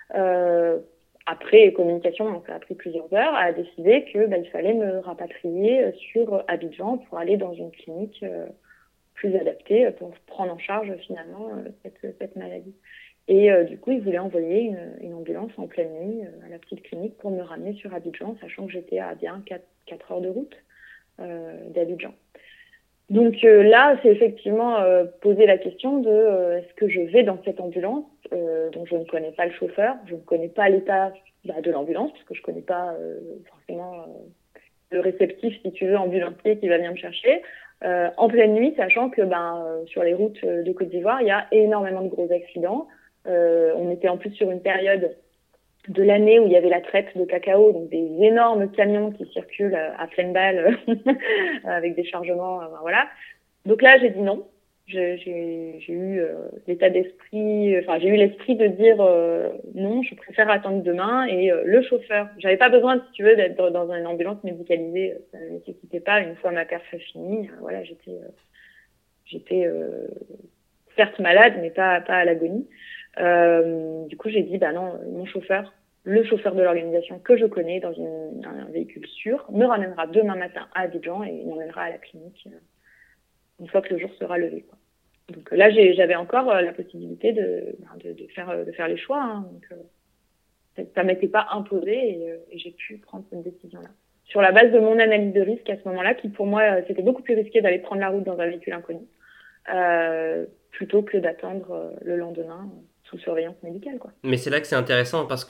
après communication, donc ça a pris plusieurs heures, a décidé que il fallait me rapatrier sur Abidjan pour aller dans une clinique plus adaptée pour prendre en charge finalement cette maladie. Et du coup, ils voulaient envoyer une ambulance en pleine nuit à la petite clinique pour me ramener sur Abidjan, sachant que j'étais à bien 4 heures de route d'Abidjan. Donc là, c'est effectivement poser la question de est-ce que je vais dans cette ambulance dont je ne connais pas le chauffeur, je ne connais pas l'état de l'ambulance, parce que je ne connais pas forcément le réceptif, si tu veux, ambulancier qui va venir me chercher, en pleine nuit, sachant que sur les routes de Côte d'Ivoire, il y a énormément de gros accidents. On était en plus sur une période de l'année où il y avait la traite de cacao, donc des énormes camions qui circulent à pleine balle avec des chargements, voilà. Donc là, j'ai dit non. J'ai eu l'état d'esprit, j'ai eu l'esprit de dire non, je préfère attendre demain. Et le chauffeur, j'avais pas besoin, si tu veux, d'être dans une ambulance médicalisée, ça ne nécessitait pas. Une fois ma perf finie, voilà, j'étais certes malade, mais pas à l'agonie. Du coup, j'ai dit, non, le chauffeur de l'organisation que je connais dans un véhicule sûr, me ramènera demain matin à Abidjan et m'emmènera à la clinique une fois que le jour sera levé, quoi. Donc là, j'avais encore la possibilité de faire les choix. Hein, donc ça m'était pas imposé et j'ai pu prendre cette décision-là. Sur la base de mon analyse de risque à ce moment-là, qui pour moi, c'était beaucoup plus risqué d'aller prendre la route dans un véhicule inconnu. plutôt que d'attendre le lendemain sous surveillance médicale, quoi. Mais c'est là que c'est intéressant parce que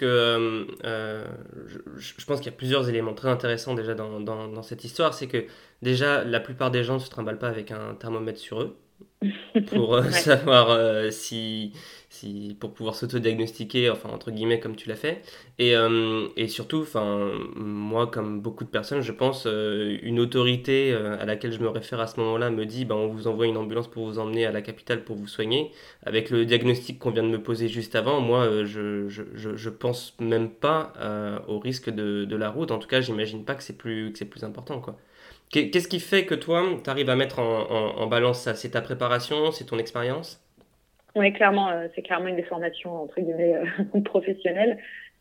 je pense qu'il y a plusieurs éléments très intéressants déjà dans cette histoire. C'est que déjà, la plupart des gens ne se trimballent pas avec un thermomètre sur eux pour Ouais. savoir pour pouvoir s'auto-diagnostiquer, enfin entre guillemets comme tu l'as fait. Et surtout, enfin moi comme beaucoup de personnes, je pense une autorité à laquelle je me réfère à ce moment-là me dit, ben on vous envoie une ambulance pour vous emmener à la capitale pour vous soigner. Avec le diagnostic qu'on vient de me poser juste avant, moi je pense même pas au risque de la route. En tout cas, j'imagine pas que c'est plus important quoi. Qu'est-ce qui fait que toi, tu arrives à mettre en balance ça? C'est ta préparation, c'est ton expérience? Oui, clairement, c'est clairement une déformation entre guillemets professionnelle.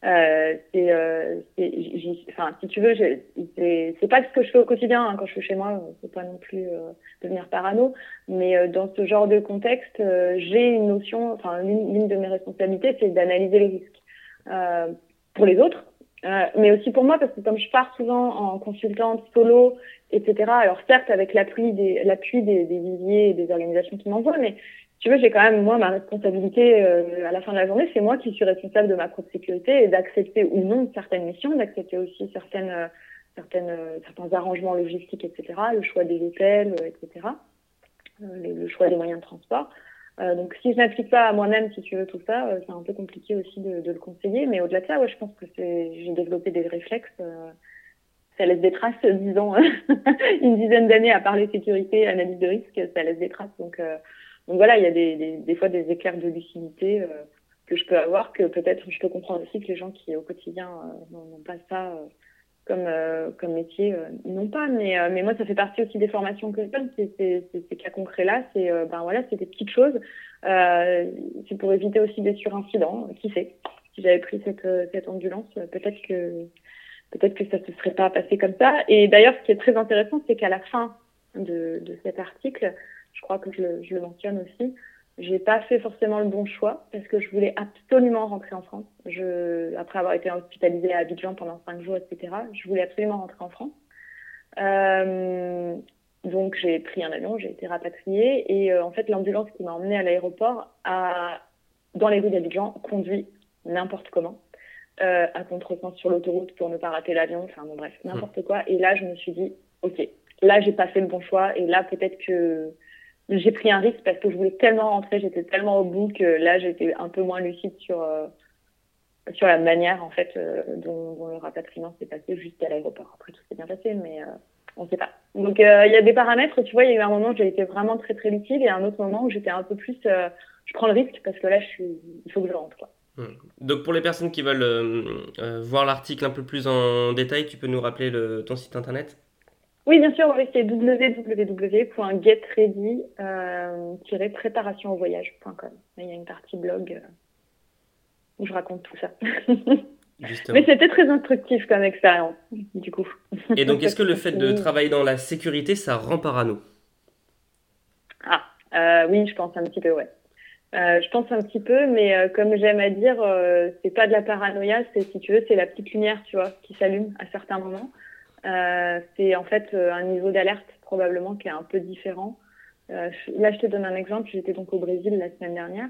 Enfin, si tu veux, c'est pas ce que je fais au quotidien hein, quand je suis chez moi. Faut pas non plus devenir parano, mais dans ce genre de contexte, j'ai une notion. Enfin, l'une de mes responsabilités, c'est d'analyser les risques euh, pour les autres, mais aussi pour moi parce que comme je pars souvent en consultante solo, etc. Alors certes avec l'appui des viviers et des organisations qui m'envoient, mais tu veux, j'ai quand même, moi, ma responsabilité à la fin de la journée, c'est moi qui suis responsable de ma propre sécurité et d'accepter ou non certaines missions, d'accepter aussi certains arrangements logistiques, etc., le choix des hôtels, etc., le choix des moyens de transport. Donc, si je n'applique pas à moi-même, si tu veux, tout ça, c'est un peu compliqué aussi de le conseiller. Mais au-delà de ça, ouais, je pense que j'ai développé des réflexes. Ça laisse des traces, disons, une dizaine d'années à parler sécurité, analyse de risque, ça laisse des traces. Donc voilà, il y a des fois des éclairs de lucidité que je peux avoir, que peut-être je peux comprendre aussi que les gens qui au quotidien n'ont pas ça comme métier n'ont pas. Mais moi, ça fait partie aussi des formations que je donne, ces cas concrets-là. Ben voilà, c'est des petites choses. C'est pour éviter aussi des surincidents. Qui sait? Si j'avais pris cette ambulance, peut-être que ça ne se serait pas passé comme ça. Et d'ailleurs, ce qui est très intéressant, c'est qu'à la fin de cet article, je crois que je le mentionne aussi, j'ai pas fait forcément le bon choix parce que je voulais absolument rentrer en France. Après avoir été hospitalisée à Abidjan pendant 5 jours, etc., je voulais absolument rentrer en France. Donc j'ai pris un avion, j'ai été rapatriée et en fait l'ambulance qui m'a emmenée à l'aéroport a, dans les rues d'Abidjan, conduit n'importe comment. À contresens sur l'autoroute pour ne pas rater l'avion, enfin bon bref, n'importe quoi. Et là, je me suis dit, ok, là j'ai pas fait le bon choix et là peut-être que j'ai pris un risque parce que je voulais tellement rentrer, j'étais tellement au bout que là j'étais un peu moins lucide sur la manière en fait dont le rapatriement s'est passé juste à l'aéroport. Après tout s'est bien passé, mais on sait pas. Donc il y a des paramètres, tu vois, il y a eu un moment où j'ai été vraiment très très lucide et un autre moment où j'étais un peu plus, je prends le risque parce que là il faut que je rentre quoi. Donc pour les personnes qui veulent voir l'article un peu plus en détail, tu peux nous rappeler ton site internet? Oui, bien sûr, oui, c'est www.getready-préparationauvoyage.com. Il y a une partie blog où je raconte tout ça. Mais Justement. c'était très instructif comme expérience, du coup. Et donc, est-ce Parce que que le ça fait de finit. travailler dans la sécurité, ça rend parano? Ah, oui, je pense un petit peu, ouais. Je pense un petit peu, mais comme j'aime à dire, c'est pas de la paranoïa, c'est si tu veux, c'est la petite lumière, tu vois, qui s'allume à certains moments. C'est en fait un niveau d'alerte probablement qui est un peu différent. Là, je te donne un exemple. J'étais donc au Brésil la semaine dernière.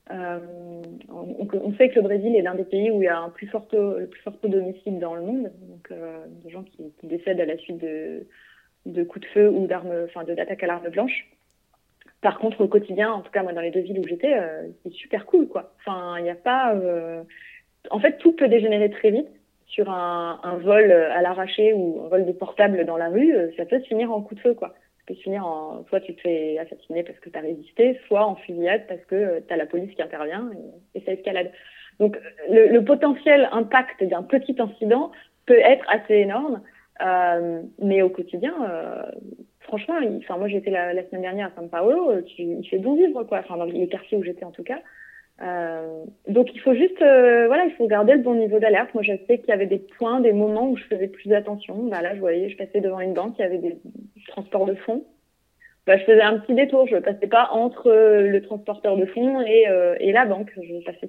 On sait que le Brésil est l'un des pays où il y a le plus fort taux d'homicide dans le monde, donc des gens qui décèdent à la suite de coups de feu ou d'attaques à l'arme blanche. Par contre, au quotidien, en tout cas moi dans les deux villes où j'étais, c'est super cool quoi. Enfin, il n'y a pas. En fait, tout peut dégénérer très vite sur un vol à l'arraché ou un vol de portable dans la rue. Ça peut se finir en coup de feu quoi. Ça peut se finir en soit tu te fais assassiner parce que tu as résisté, soit en fusillade parce que tu as la police qui intervient et ça escalade. Donc le potentiel impact d'un petit incident peut être assez énorme, mais au quotidien, franchement, moi j'étais la semaine dernière à São Paulo, il fait bon vivre quoi. Enfin dans les quartiers où j'étais en tout cas. Donc il faut juste, voilà, il faut garder le bon niveau d'alerte. Moi, je sais qu'il y avait des points, des moments où je faisais plus attention. Bah là, je passais devant une banque, il y avait des transports de fonds. Bah, je faisais un petit détour. Je passais pas entre le transporteur de fonds et la banque. Je passais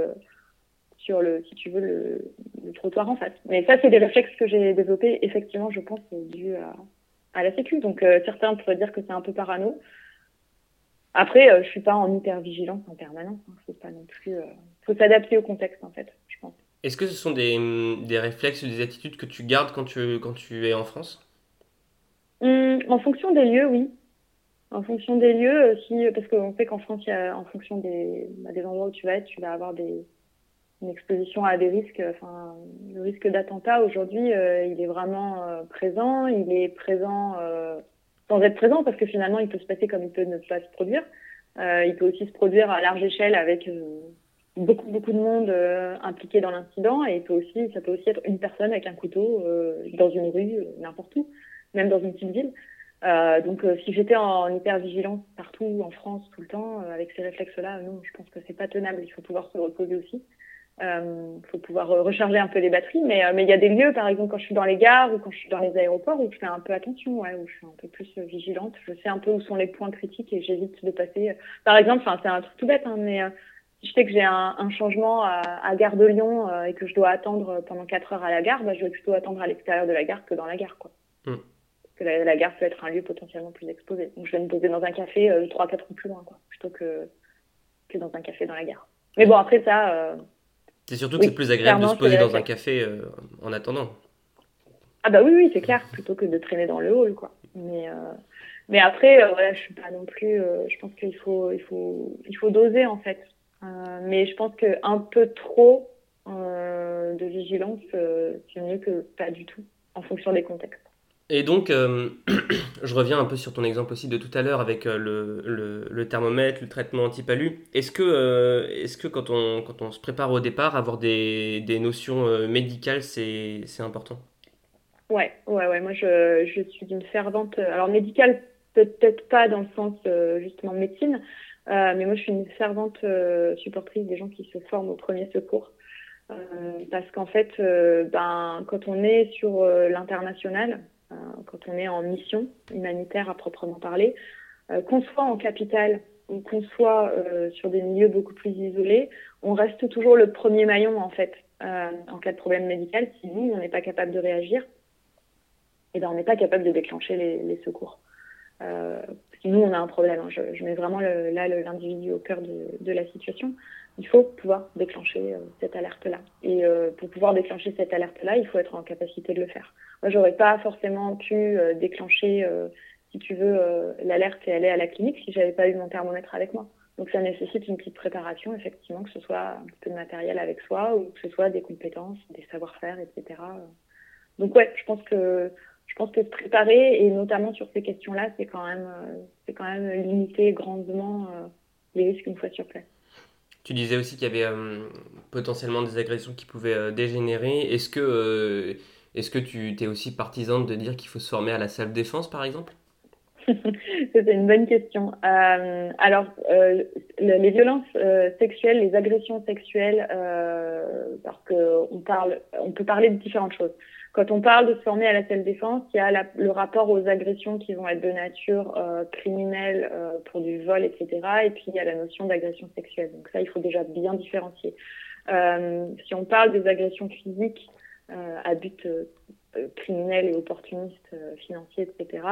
si tu veux, le trottoir en face. Mais ça, c'est des réflexes que j'ai développés. Effectivement, je pense, dû à la sécu. Donc certains pourraient dire que c'est un peu parano. Après, je suis pas en hyper-vigilance en permanence. Hein. Faut pas non plus. Faut s'adapter au contexte, en fait, je pense. Est-ce que ce sont des réflexes ou des attitudes que tu gardes quand tu es en France? En fonction des lieux, oui. En fonction des lieux, parce qu'on sait qu'en France, en fonction des endroits où tu vas avoir une exposition à des risques. Enfin, le risque d'attentat aujourd'hui, il est vraiment présent. Il est présent sans être présent parce que finalement, il peut se passer comme il peut ne pas se produire. Il peut aussi se produire à large échelle avec beaucoup de monde impliqué dans l'incident et ça peut aussi être une personne avec un couteau dans une rue, n'importe où, même dans une petite ville. Donc, si j'étais en hyper-vigilance partout en France tout le temps, avec ces réflexes-là, non, je pense que c'est pas tenable. Il faut pouvoir se reposer aussi. Faut pouvoir recharger un peu les batteries, mais il y a des lieux, par exemple, quand je suis dans les gares ou quand je suis dans les aéroports, où je fais un peu attention, ouais, où je suis un peu plus vigilante. Je sais un peu où sont les points critiques et j'évite de passer. Par exemple, c'est un truc tout bête, hein, mais si je sais que j'ai un changement à Gare de Lyon et que je dois attendre pendant 4 heures à la gare, bah, je vais plutôt attendre à l'extérieur de la gare que dans la gare, quoi. Parce que la gare peut être un lieu potentiellement plus exposé. Donc je vais me poser dans un café 3-4 rues plus loin, quoi, plutôt que dans un café dans la gare. Mais bon, après ça. C'est surtout que c'est Oui, plus agréable de se clairement, c'est poser les dans un réflexes. café en attendant. Ah bah oui, c'est clair, plutôt que de traîner dans le hall, quoi. Mais après, voilà, je suis pas non plus. Je pense qu'il faut doser en fait. Mais je pense que un peu trop de vigilance, c'est mieux que pas du tout, en fonction des contextes. Et donc, je reviens un peu sur ton exemple aussi de tout à l'heure avec le thermomètre, le traitement anti-palu. Est-ce que quand on se prépare au départ, avoir des notions médicales, c'est important? Ouais. Moi, je suis une fervente. Alors médicale, peut-être pas dans le sens justement médecine, mais moi, je suis une fervente supportrice des gens qui se forment au premier secours. Parce qu'en fait, quand on est sur l'international, quand on est en mission humanitaire à proprement parler, qu'on soit en capitale ou qu'on soit sur des milieux beaucoup plus isolés, on reste toujours le premier maillon en fait en cas de problème médical. Si nous, on n'est pas capable de réagir, et ben, on n'est pas capable de déclencher les secours. Si nous, on a un problème, hein, je mets vraiment l'individu au cœur de la situation. Il faut pouvoir déclencher cette alerte-là. Et pour pouvoir déclencher cette alerte-là, il faut être en capacité de le faire. Moi, j'aurais pas forcément pu déclencher, si tu veux, l'alerte et aller à la clinique si j'avais pas eu mon thermomètre avec moi. Donc, ça nécessite une petite préparation, effectivement, que ce soit un peu de matériel avec soi ou que ce soit des compétences, des savoir-faire, etc. Donc, ouais, je pense que se préparer, et notamment sur ces questions-là, c'est quand même limiter grandement les risques une fois sur place. Tu disais aussi qu'il y avait potentiellement des agressions qui pouvaient dégénérer. Est-ce que tu t'es aussi partisane de dire qu'il faut se former à la self-défense, par exemple? C'est une bonne question. Alors, les violences sexuelles, les agressions sexuelles, parce on peut parler de différentes choses. Quand on parle de se former à la self-défense, il y a le rapport aux agressions qui vont être de nature criminelle pour du vol, etc. Et puis il y a la notion d'agression sexuelle. Donc ça, il faut déjà bien différencier. Si on parle des agressions physiques à but criminel et opportuniste, financier, etc.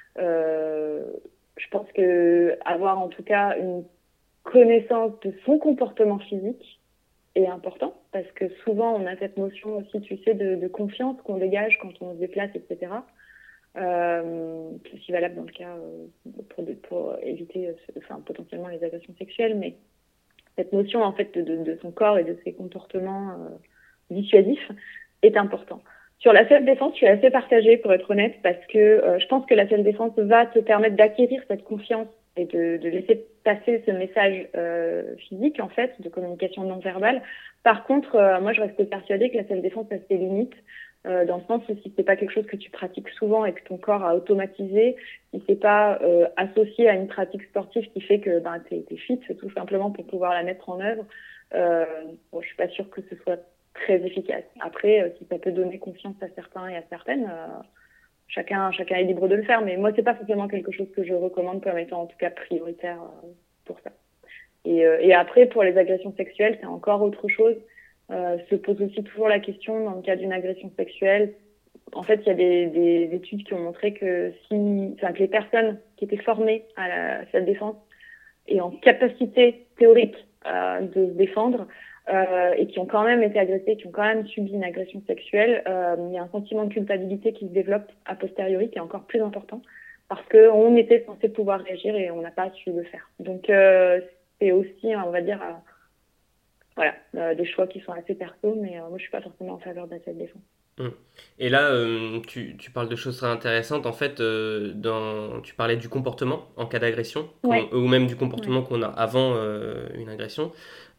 Je pense que avoir en tout cas une connaissance de son comportement physique est important parce que souvent on a cette notion aussi, tu sais, de confiance qu'on dégage quand on se déplace, etc. C'est aussi valable dans le cas pour éviter potentiellement les agressions sexuelles, mais cette notion en fait de son corps et de ses comportements dissuasifs est important. Sur la self-défense, je suis assez partagée pour être honnête parce que je pense que la self-défense va te permettre d'acquérir cette confiance et de laisser passer ce message physique en fait, de communication non verbale. Par contre, moi je reste persuadée que la self-défense a ses limites dans le sens où si c'est pas quelque chose que tu pratiques souvent et que ton corps a automatisé, si c'est pas associé à une pratique sportive qui fait que t'es fit tout simplement pour pouvoir la mettre en œuvre, je suis pas sûre que ce soit très efficace. Après, si ça peut donner confiance à certains et à certaines, chacun est libre de le faire. Mais moi, c'est pas forcément quelque chose que je recommande comme étant en tout cas prioritaire pour ça. Et après, pour les agressions sexuelles, c'est encore autre chose. Se pose aussi toujours la question dans le cas d'une agression sexuelle. En fait, il y a des études qui ont montré que que les personnes qui étaient formées à la self-défense et en capacité théorique de se défendre, et qui ont quand même été agressés, qui ont quand même subi une agression sexuelle, il y a un sentiment de culpabilité qui se développe a posteriori, qui est encore plus important, parce qu'on était censé pouvoir réagir et on n'a pas su le faire. Donc c'est aussi, on va dire, des choix qui sont assez perso, mais moi je suis pas forcément en faveur de cette défense. Et là, tu parles de choses très intéressantes. En fait, tu parlais du comportement en cas d'agression, Ouais. ou même du comportement qu'on a avant une agression.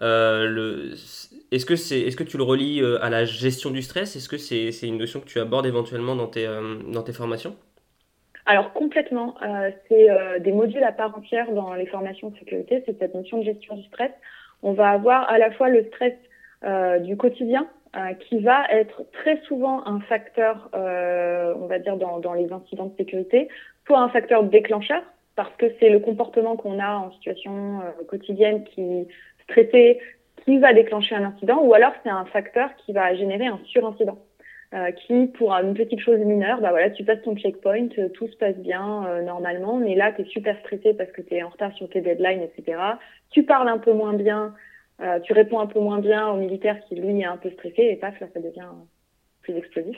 Est-ce que tu le relis à la gestion du stress? Est-ce que c'est une notion que tu abordes éventuellement dans tes formations? Alors complètement, c'est des modules à part entière dans les formations de sécurité, c'est cette notion de gestion du stress. On va avoir à la fois le stress du quotidien, qui va être très souvent un facteur, on va dire, dans les incidents de sécurité, soit un facteur déclencheur, parce que c'est le comportement qu'on a en situation quotidienne stressé, qui va déclencher un incident, ou alors c'est un facteur qui va générer un surincident. Qui, pour une petite chose mineure, tu passes ton checkpoint, tout se passe bien normalement, mais là, tu es super stressé parce que tu es en retard sur tes deadlines, etc. Tu parles un peu moins bien, tu réponds un peu moins bien au militaire qui, lui, est un peu stressé, et paf, là, ça devient plus explosif.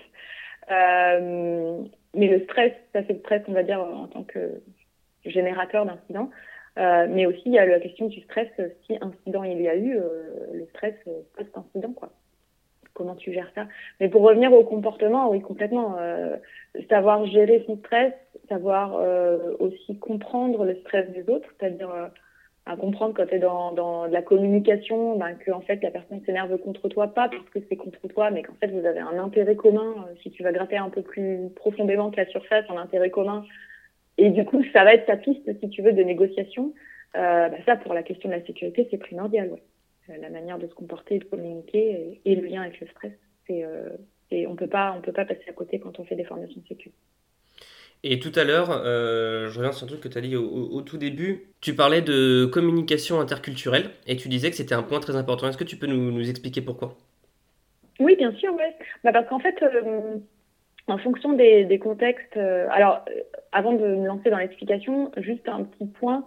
Mais le stress, ça c'est le stress, on va dire, en tant que générateur d'incidents. Mais aussi, il y a la question du stress, si incident il y a eu, le stress post-incident, quoi. Comment tu gères ça? Mais pour revenir au comportement, oui, complètement. Savoir gérer son stress, savoir aussi comprendre le stress des autres, c'est-à-dire à comprendre quand tu es dans de la communication, que en fait la personne s'énerve contre toi, pas parce que c'est contre toi, mais qu'en fait vous avez un intérêt commun. Si tu vas gratter un peu plus profondément que la surface, un intérêt commun, et du coup ça va être ta piste, si tu veux, de négociation. Ça, pour la question de la sécurité, c'est primordial, ouais. La manière de se comporter et de communiquer et le lien avec le stress, on peut pas passer à côté quand on fait des formations de sécu. Et tout à l'heure, je reviens sur un truc que tu as dit au tout début. Tu parlais de communication interculturelle et tu disais que c'était un point très important. Est-ce que tu peux nous expliquer pourquoi? Oui, bien sûr, ouais. Parce qu'en fait, en fonction des contextes, avant de me lancer dans l'explication, juste un petit point.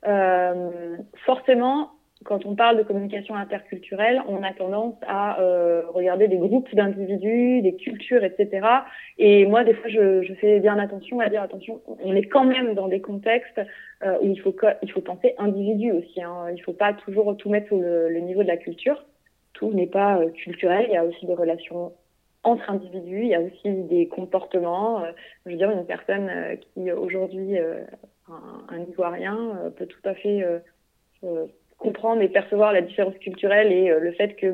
Forcément, quand on parle de communication interculturelle, on a tendance à regarder des groupes d'individus, des cultures, etc. Et moi, des fois, je fais bien attention à dire attention, on est quand même dans des contextes où il faut penser individu aussi. Il ne faut pas toujours tout mettre sous le niveau de la culture. Tout n'est pas culturel. Il y a aussi des relations entre individus. Il y a aussi des comportements. Je veux dire, une personne qui aujourd'hui, un Ivoirien, peut tout à fait comprendre et percevoir la différence culturelle et le fait que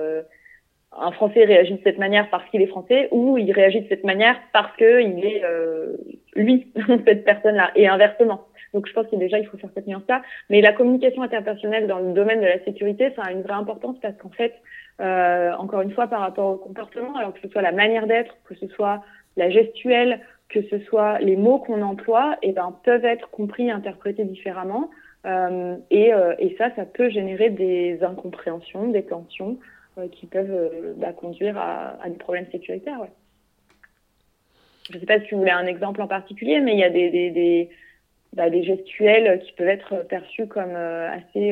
un Français réagit de cette manière parce qu'il est français, ou il réagit de cette manière parce que il est lui, cette personne-là, et inversement. Donc je pense que déjà il faut faire cette nuance-là. Mais la communication interpersonnelle dans le domaine de la sécurité, ça a une vraie importance parce qu'en fait, encore une fois, par rapport au comportement, alors que ce soit la manière d'être, que ce soit la gestuelle, que ce soit les mots qu'on emploie, peuvent être compris et interprétés différemment. Et ça peut générer des incompréhensions, des tensions qui peuvent conduire à des problèmes sécuritaires. Ouais. Je ne sais pas si tu voulais un exemple en particulier, mais il y a des gestuelles qui peuvent être perçues comme assez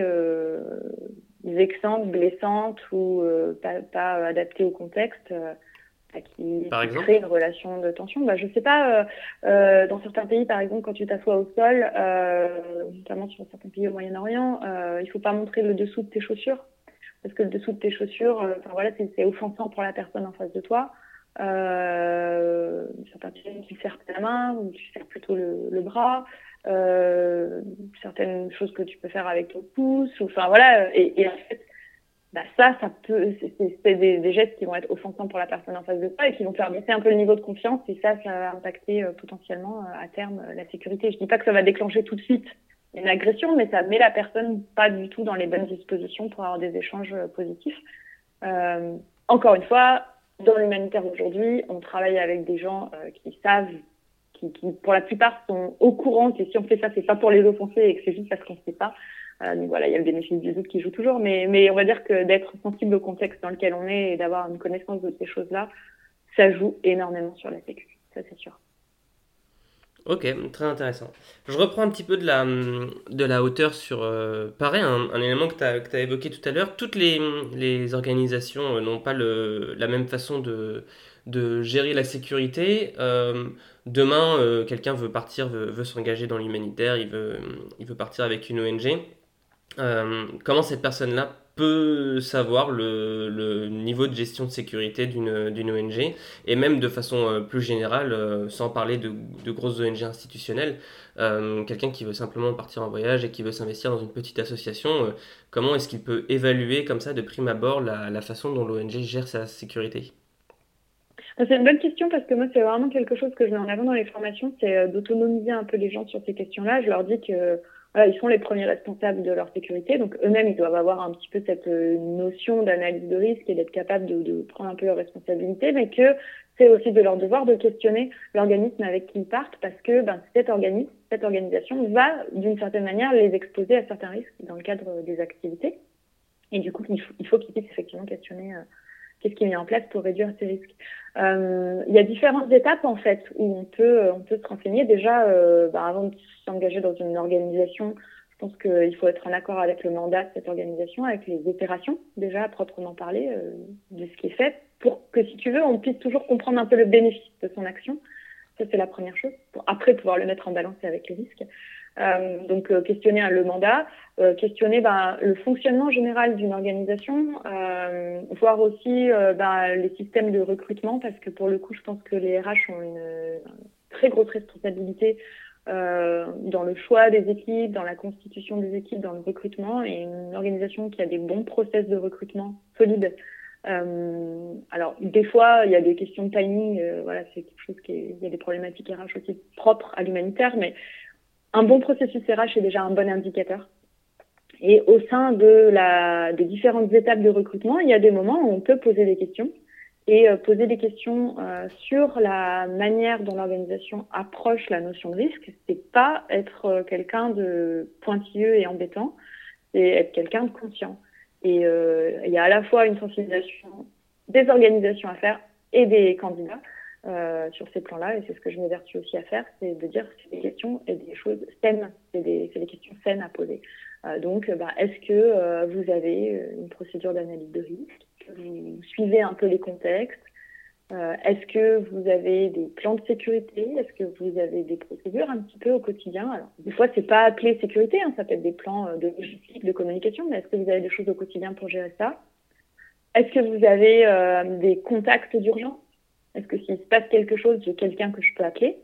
vexantes, blessantes ou pas adaptées au contexte. Qui crée une relation de tension. Je sais pas, dans certains pays, par exemple, quand tu t'assois au sol, notamment sur certains pays au Moyen-Orient, il faut pas montrer le dessous de tes chaussures, parce que le dessous de tes chaussures, c'est offensant pour la personne en face de toi. Certains pays, tu serres la main ou tu serres plutôt le bras. Certaines choses que tu peux faire avec ton pouce. Et en fait, ça c'est des gestes qui vont être offensants pour la personne en face de toi et qui vont faire baisser un peu le niveau de confiance, et ça va impacter potentiellement à terme la sécurité. Je dis pas que ça va déclencher tout de suite une agression, mais ça met la personne pas du tout dans les bonnes dispositions pour avoir des échanges positifs. Encore une fois, dans l'humanitaire aujourd'hui, on travaille avec des gens qui savent, qui pour la plupart sont au courant que si on fait ça, c'est pas pour les offenser et que c'est juste parce qu'on sait pas. Donc voilà, il y a le bénéfice du doute qui joue toujours, mais on va dire que d'être sensible au contexte dans lequel on est et d'avoir une connaissance de ces choses-là, ça joue énormément sur la sécurité, ça c'est sûr. Ok, très intéressant. Je reprends un petit peu de la hauteur sur, pareil, un élément que tu as évoqué tout à l'heure. Toutes les organisations n'ont pas la même façon de gérer la sécurité. Demain, quelqu'un veut partir, veut s'engager dans l'humanitaire, il veut partir avec une ONG. Comment cette personne-là peut savoir le niveau de gestion de sécurité d'une ONG et même de façon plus générale, sans parler de grosses ONG institutionnelles, quelqu'un qui veut simplement partir en voyage et qui veut s'investir dans une petite association, comment est-ce qu'il peut évaluer comme ça de prime abord la façon dont l'ONG gère sa sécurité? C'est une bonne question parce que moi, c'est vraiment quelque chose que je mets en avant dans les formations, c'est d'autonomiser un peu les gens sur ces questions-là. Je leur dis que voilà, ils sont les premiers responsables de leur sécurité, donc eux-mêmes, ils doivent avoir un petit peu cette notion d'analyse de risque et d'être capables de prendre un peu leurs responsabilités, mais que c'est aussi de leur devoir de questionner l'organisme avec qui ils partent parce que cet organisme, cette organisation va d'une certaine manière les exposer à certains risques dans le cadre des activités. Et du coup, il faut qu'ils puissent effectivement questionner qu'est-ce qui est mis en place pour réduire ces risques. Il y a différentes étapes en fait où on peut se renseigner. Déjà, avant de s'engager dans une organisation, je pense qu'il faut être en accord avec le mandat de cette organisation, avec les opérations déjà à proprement parler de ce qui est fait, pour que si tu veux, on puisse toujours comprendre un peu le bénéfice de son action. Ça c'est la première chose, pour après pouvoir le mettre en balance avec les risques. Donc questionner le mandat, questionner le fonctionnement général d'une organisation, voir aussi les systèmes de recrutement, parce que pour le coup, je pense que les RH ont une très grosse responsabilité dans le choix des équipes, dans la constitution des équipes, dans le recrutement, et une organisation qui a des bons process de recrutement solides. Alors des fois il y a des questions de timing, voilà, c'est quelque chose il y a des problématiques RH aussi propres à l'humanitaire, mais un bon processus RH est déjà un bon indicateur. Et au sein des différentes étapes de recrutement, il y a des moments où on peut poser des questions. Et poser des questions sur la manière dont l'organisation approche la notion de risque, c'est pas être quelqu'un de pointilleux et embêtant, c'est être quelqu'un de conscient. Et il y a à la fois une sensibilisation des organisations à faire et des candidats sur ces plans-là, et c'est ce que je m'évertue aussi à faire, c'est de dire que c'est des questions et des choses saines, c'est des questions saines à poser. Donc, est-ce que vous avez une procédure d'analyse de risque, que vous suivez un peu les contextes, est-ce que vous avez des plans de sécurité, est-ce que vous avez des procédures un petit peu au quotidien? Alors, des fois, c'est pas appelé sécurité, ça peut être des plans de logistique, de communication, mais est-ce que vous avez des choses au quotidien pour gérer ça? Est-ce que vous avez des contacts d'urgence? Est-ce que s'il se passe quelque chose, j'ai quelqu'un que je peux appeler?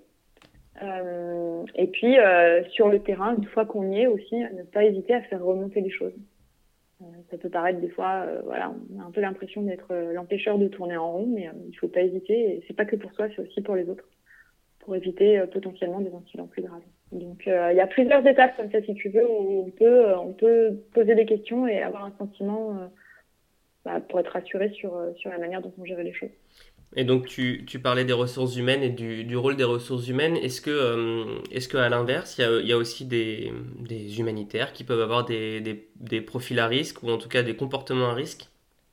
Et puis, sur le terrain, une fois qu'on y est aussi, ne pas hésiter à faire remonter les choses. Ça peut paraître des fois, on a un peu l'impression d'être l'empêcheur de tourner en rond, mais il ne faut pas hésiter. Et c'est pas que pour soi, c'est aussi pour les autres, pour éviter potentiellement des incidents plus graves. Donc, il y a plusieurs étapes comme ça, si tu veux, où on peut poser des questions et avoir un sentiment pour être rassuré sur la manière dont on gère les choses. Et donc tu parlais des ressources humaines et du rôle des ressources humaines. Est-ce que à l'inverse, il y a aussi des humanitaires qui peuvent avoir des profils à risque ou en tout cas des comportements à risque?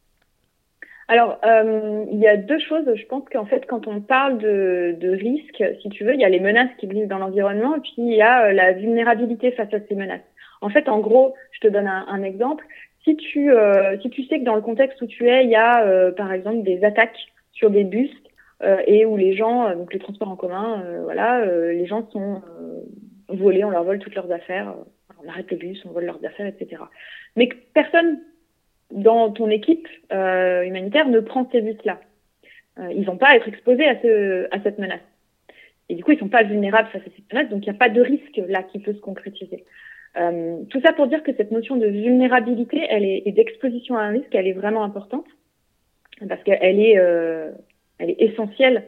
Alors, il y a deux choses. Je pense qu'en fait, quand on parle de risque, si tu veux, il y a les menaces qui glissent dans l'environnement et puis il y a la vulnérabilité face à ces menaces. En fait, en gros, je te donne un exemple. Si tu sais que dans le contexte où tu es, il y a par exemple des attaques sur des bus et où les gens, donc les transports en commun, les gens sont volés, on leur vole toutes leurs affaires, on arrête le bus, on vole leurs affaires, etc. Mais que personne dans ton équipe humanitaire ne prend ces bus-là. Ils vont pas être exposés à cette menace. Et du coup, ils sont pas vulnérables face à cette menace, donc il n'y a pas de risque là qui peut se concrétiser. Tout ça pour dire que cette notion de vulnérabilité et d'exposition à un risque, elle est vraiment importante parce qu'elle est essentielle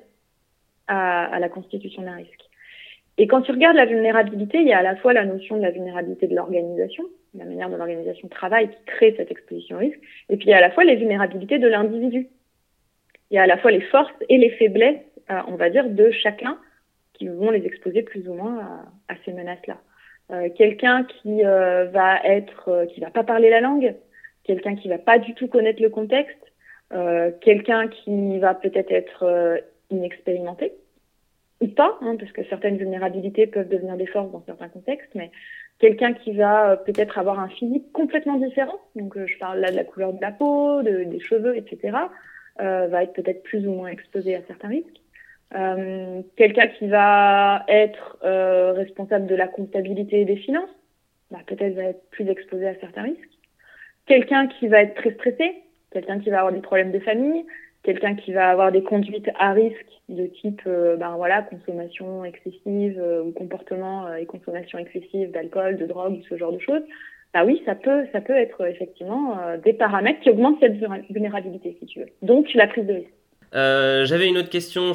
à la constitution d'un risque. Et quand tu regardes la vulnérabilité, il y a à la fois la notion de la vulnérabilité de l'organisation, la manière dont l'organisation travaille qui crée cette exposition au risque, et puis il y a à la fois les vulnérabilités de l'individu. Il y a à la fois les forces et les faiblesses, on va dire, de chacun qui vont les exposer plus ou moins à ces menaces-là. Quelqu'un qui qui va pas parler la langue, quelqu'un qui va pas du tout connaître le contexte, quelqu'un qui va peut-être être inexpérimenté. ou pas, hein, parce que certaines vulnérabilités peuvent devenir des forces dans certains contextes, mais quelqu'un qui va peut-être avoir un physique complètement différent, donc je parle là de la couleur de la peau, des cheveux, etc., va être peut-être plus ou moins exposé à certains risques. Quelqu'un qui va être responsable de la comptabilité et des finances, peut-être va être plus exposé à certains risques. Quelqu'un qui va être très stressé, quelqu'un qui va avoir des problèmes de famille, quelqu'un qui va avoir des conduites à risque de type consommation excessive ou comportement et consommation excessive d'alcool, de drogue, ce genre de choses. Oui, ça peut être effectivement des paramètres qui augmentent cette vulnérabilité, si tu veux. Donc la prise de risque. J'avais une autre question,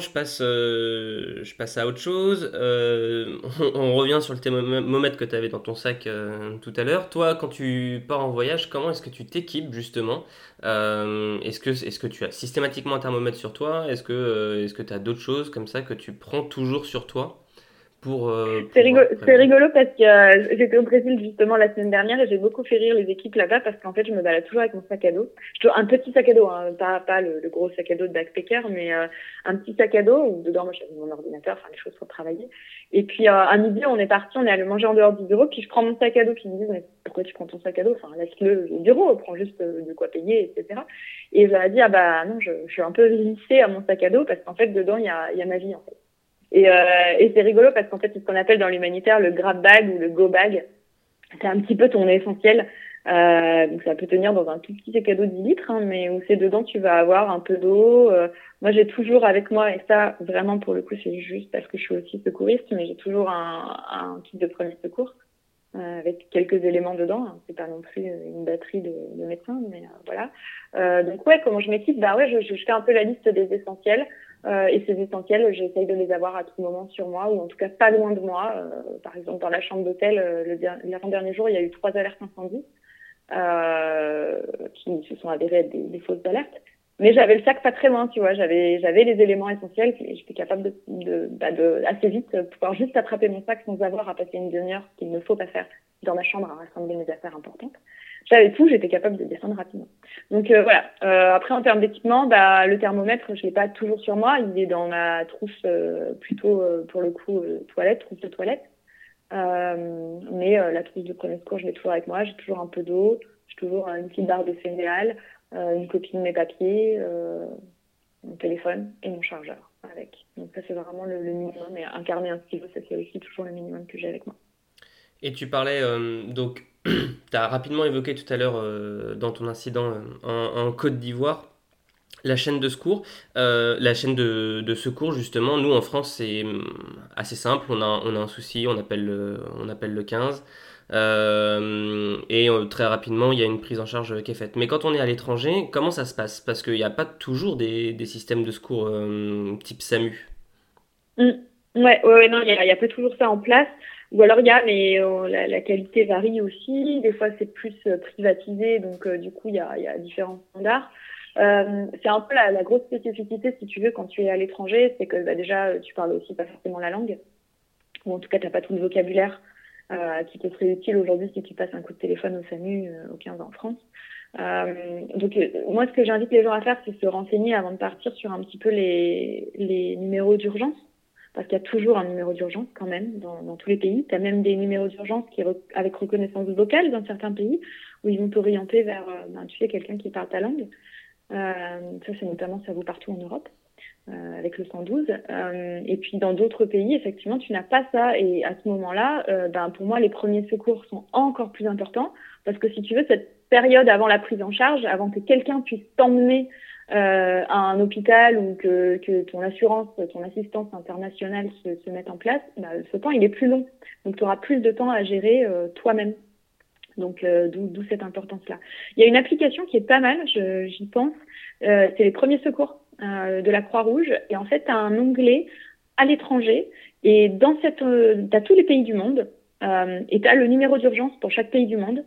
je passe à autre chose. On revient sur le thermomètre que tu avais dans ton sac tout à l'heure. Toi, quand tu pars en voyage, comment est-ce que tu t'équipes justement? Est-ce que tu as systématiquement un thermomètre sur toi? Est-ce que tu as d'autres choses comme ça que tu prends toujours sur toi pour C'est rigolo parce que j'étais au Brésil justement la semaine dernière et j'ai beaucoup fait rire les équipes là-bas parce qu'en fait je me balade toujours avec mon sac à dos. Un petit sac à dos, hein, pas le gros sac à dos de backpacker, mais un petit sac à dos où dedans moi j'avais mon ordinateur, enfin les choses pour travailler. Et puis à midi on est parti, on est allé manger en dehors du bureau, puis je prends mon sac à dos, puis ils me disent mais pourquoi tu prends ton sac à dos? Enfin laisse-le au bureau, prends juste de quoi payer, etc. Et je leur ai dit non, je suis un peu vissée à mon sac à dos parce qu'en fait dedans il y a ma vie en fait. Et c'est rigolo parce qu'en fait, c'est ce qu'on appelle dans l'humanitaire le grab bag ou le go bag. C'est un petit peu ton essentiel. Donc ça peut tenir dans un tout petit sac à dos 10 litres, hein, mais où c'est dedans, tu vas avoir un peu d'eau. Moi, j'ai toujours avec moi, et ça, vraiment, pour le coup, c'est juste parce que je suis aussi secouriste, mais j'ai toujours un kit de premier secours avec quelques éléments dedans. Hein. C'est pas non plus une batterie de médecin, mais voilà. Donc ouais, comment je m'équipe? Je fais un peu la liste des essentiels. Et ces essentiels, j'essaye de les avoir à tout moment sur moi, ou en tout cas pas loin de moi. Par exemple, dans la chambre d'hôtel, l'avant-dernier jour, il y a eu 3 alertes incendie qui se sont avérées être des fausses alertes. Mais j'avais le sac pas très loin, tu vois. J'avais les éléments essentiels et j'étais capable de assez vite pouvoir juste attraper mon sac sans avoir à passer une demi-heure, qu'il ne faut pas faire dans ma chambre à rassembler mes affaires importantes. J'avais tout, j'étais capable de descendre rapidement. Donc voilà. Après, en termes d'équipement, le thermomètre, je l'ai pas toujours sur moi. Il est dans ma trousse plutôt pour le coup trousse de toilette. Mais la trousse de premier secours, je l'ai toujours avec moi. J'ai toujours un peu d'eau, j'ai toujours une petite barre de céréales, une copie de mes papiers, mon téléphone et mon chargeur avec. Donc ça, c'est vraiment le minimum. Et un carnet, un stylo, ça c'est aussi toujours le minimum que j'ai avec moi. Et tu parlais, donc, tu as rapidement évoqué tout à l'heure dans ton incident en Côte d'Ivoire, la chaîne de secours. La chaîne de secours, justement, nous en France, c'est assez simple. On a un souci, on appelle le 15. Et très rapidement, il y a une prise en charge qui est faite. Mais quand on est à l'étranger, comment ça se passe? Parce qu'il n'y a pas toujours des systèmes de secours type SAMU. Mm. Ouais, non, il y a pas toujours ça en place. Ou alors il y a, mais la qualité varie aussi. Des fois, c'est plus privatisé, donc du coup, il y a différents standards. C'est un peu la grosse spécificité, si tu veux, quand tu es à l'étranger, c'est que déjà, tu parles aussi pas forcément la langue, ou en tout cas, tu n'as pas tout le vocabulaire qui te serait utile aujourd'hui si tu passes un coup de téléphone au SAMU au 15 en France. Donc moi, ce que j'invite les gens à faire, c'est se renseigner avant de partir sur un petit peu les numéros d'urgence. Parce qu'il y a toujours un numéro d'urgence quand même dans tous les pays. Tu as même des numéros d'urgence avec reconnaissance vocale dans certains pays où ils vont t'orienter vers tu sais, quelqu'un qui parle ta langue. Ça, ça vaut partout en Europe avec le 112. Et puis dans d'autres pays, effectivement, tu n'as pas ça. Et à ce moment-là, pour moi, les premiers secours sont encore plus importants parce que si tu veux, cette période avant la prise en charge, avant que quelqu'un puisse t'emmener à un hôpital ou que ton assurance, ton assistance internationale se mette en place, ce temps, il est plus long. Donc, tu auras plus de temps à gérer toi-même. Donc, d'où cette importance-là. Il y a une application qui est pas mal, j'y pense. C'est les premiers secours de la Croix-Rouge. Et en fait, tu as un onglet à l'étranger. Et dans tu as tous les pays du monde. Et tu as le numéro d'urgence pour chaque pays du monde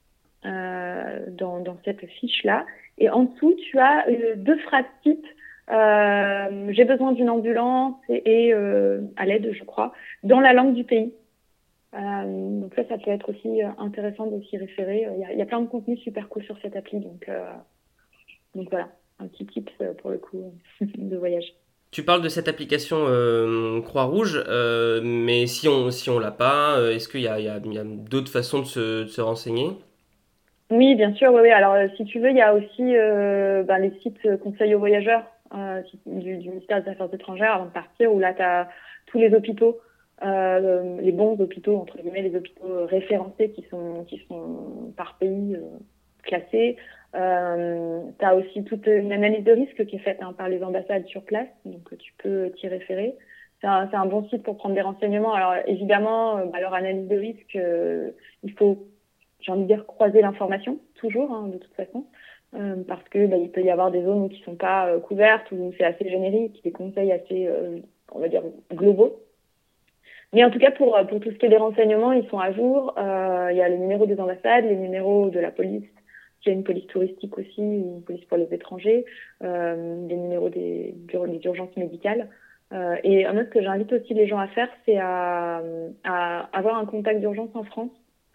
dans cette fiche-là. Et en dessous, tu as 2 phrases types. J'ai besoin d'une ambulance et à l'aide, je crois, dans la langue du pays. Donc ça peut être aussi intéressant de s'y référer. Il y a plein de contenus super cool sur cette appli. Donc voilà, un petit tips pour le coup de voyage. Tu parles de cette application Croix-Rouge, mais si on l'a pas, est-ce qu'il y a d'autres façons de se renseigner? Oui, bien sûr, oui, oui. Alors, si tu veux, il y a aussi les sites conseils aux voyageurs du ministère des Affaires étrangères avant de partir, où là, tu as tous les hôpitaux, les bons hôpitaux, entre guillemets, les hôpitaux référencés qui sont par pays classés. Tu as aussi toute une analyse de risque qui est faite par les ambassades sur place, donc tu peux t'y référer. C'est un bon site pour prendre des renseignements. Alors, évidemment, leur analyse de risque, il faut, j'ai envie de dire, croiser l'information, toujours, de toute façon, parce que il peut y avoir des zones qui sont pas couvertes, où c'est assez générique, des conseils assez, on va dire, globaux. Mais en tout cas, pour tout ce qui est des renseignements, ils sont à jour. Il y a les numéros des ambassades, les numéros de la police, il y a une police touristique aussi, une police pour les étrangers, les numéros des urgences médicales. Et un autre que j'invite aussi les gens à faire, c'est à avoir un contact d'urgence en France,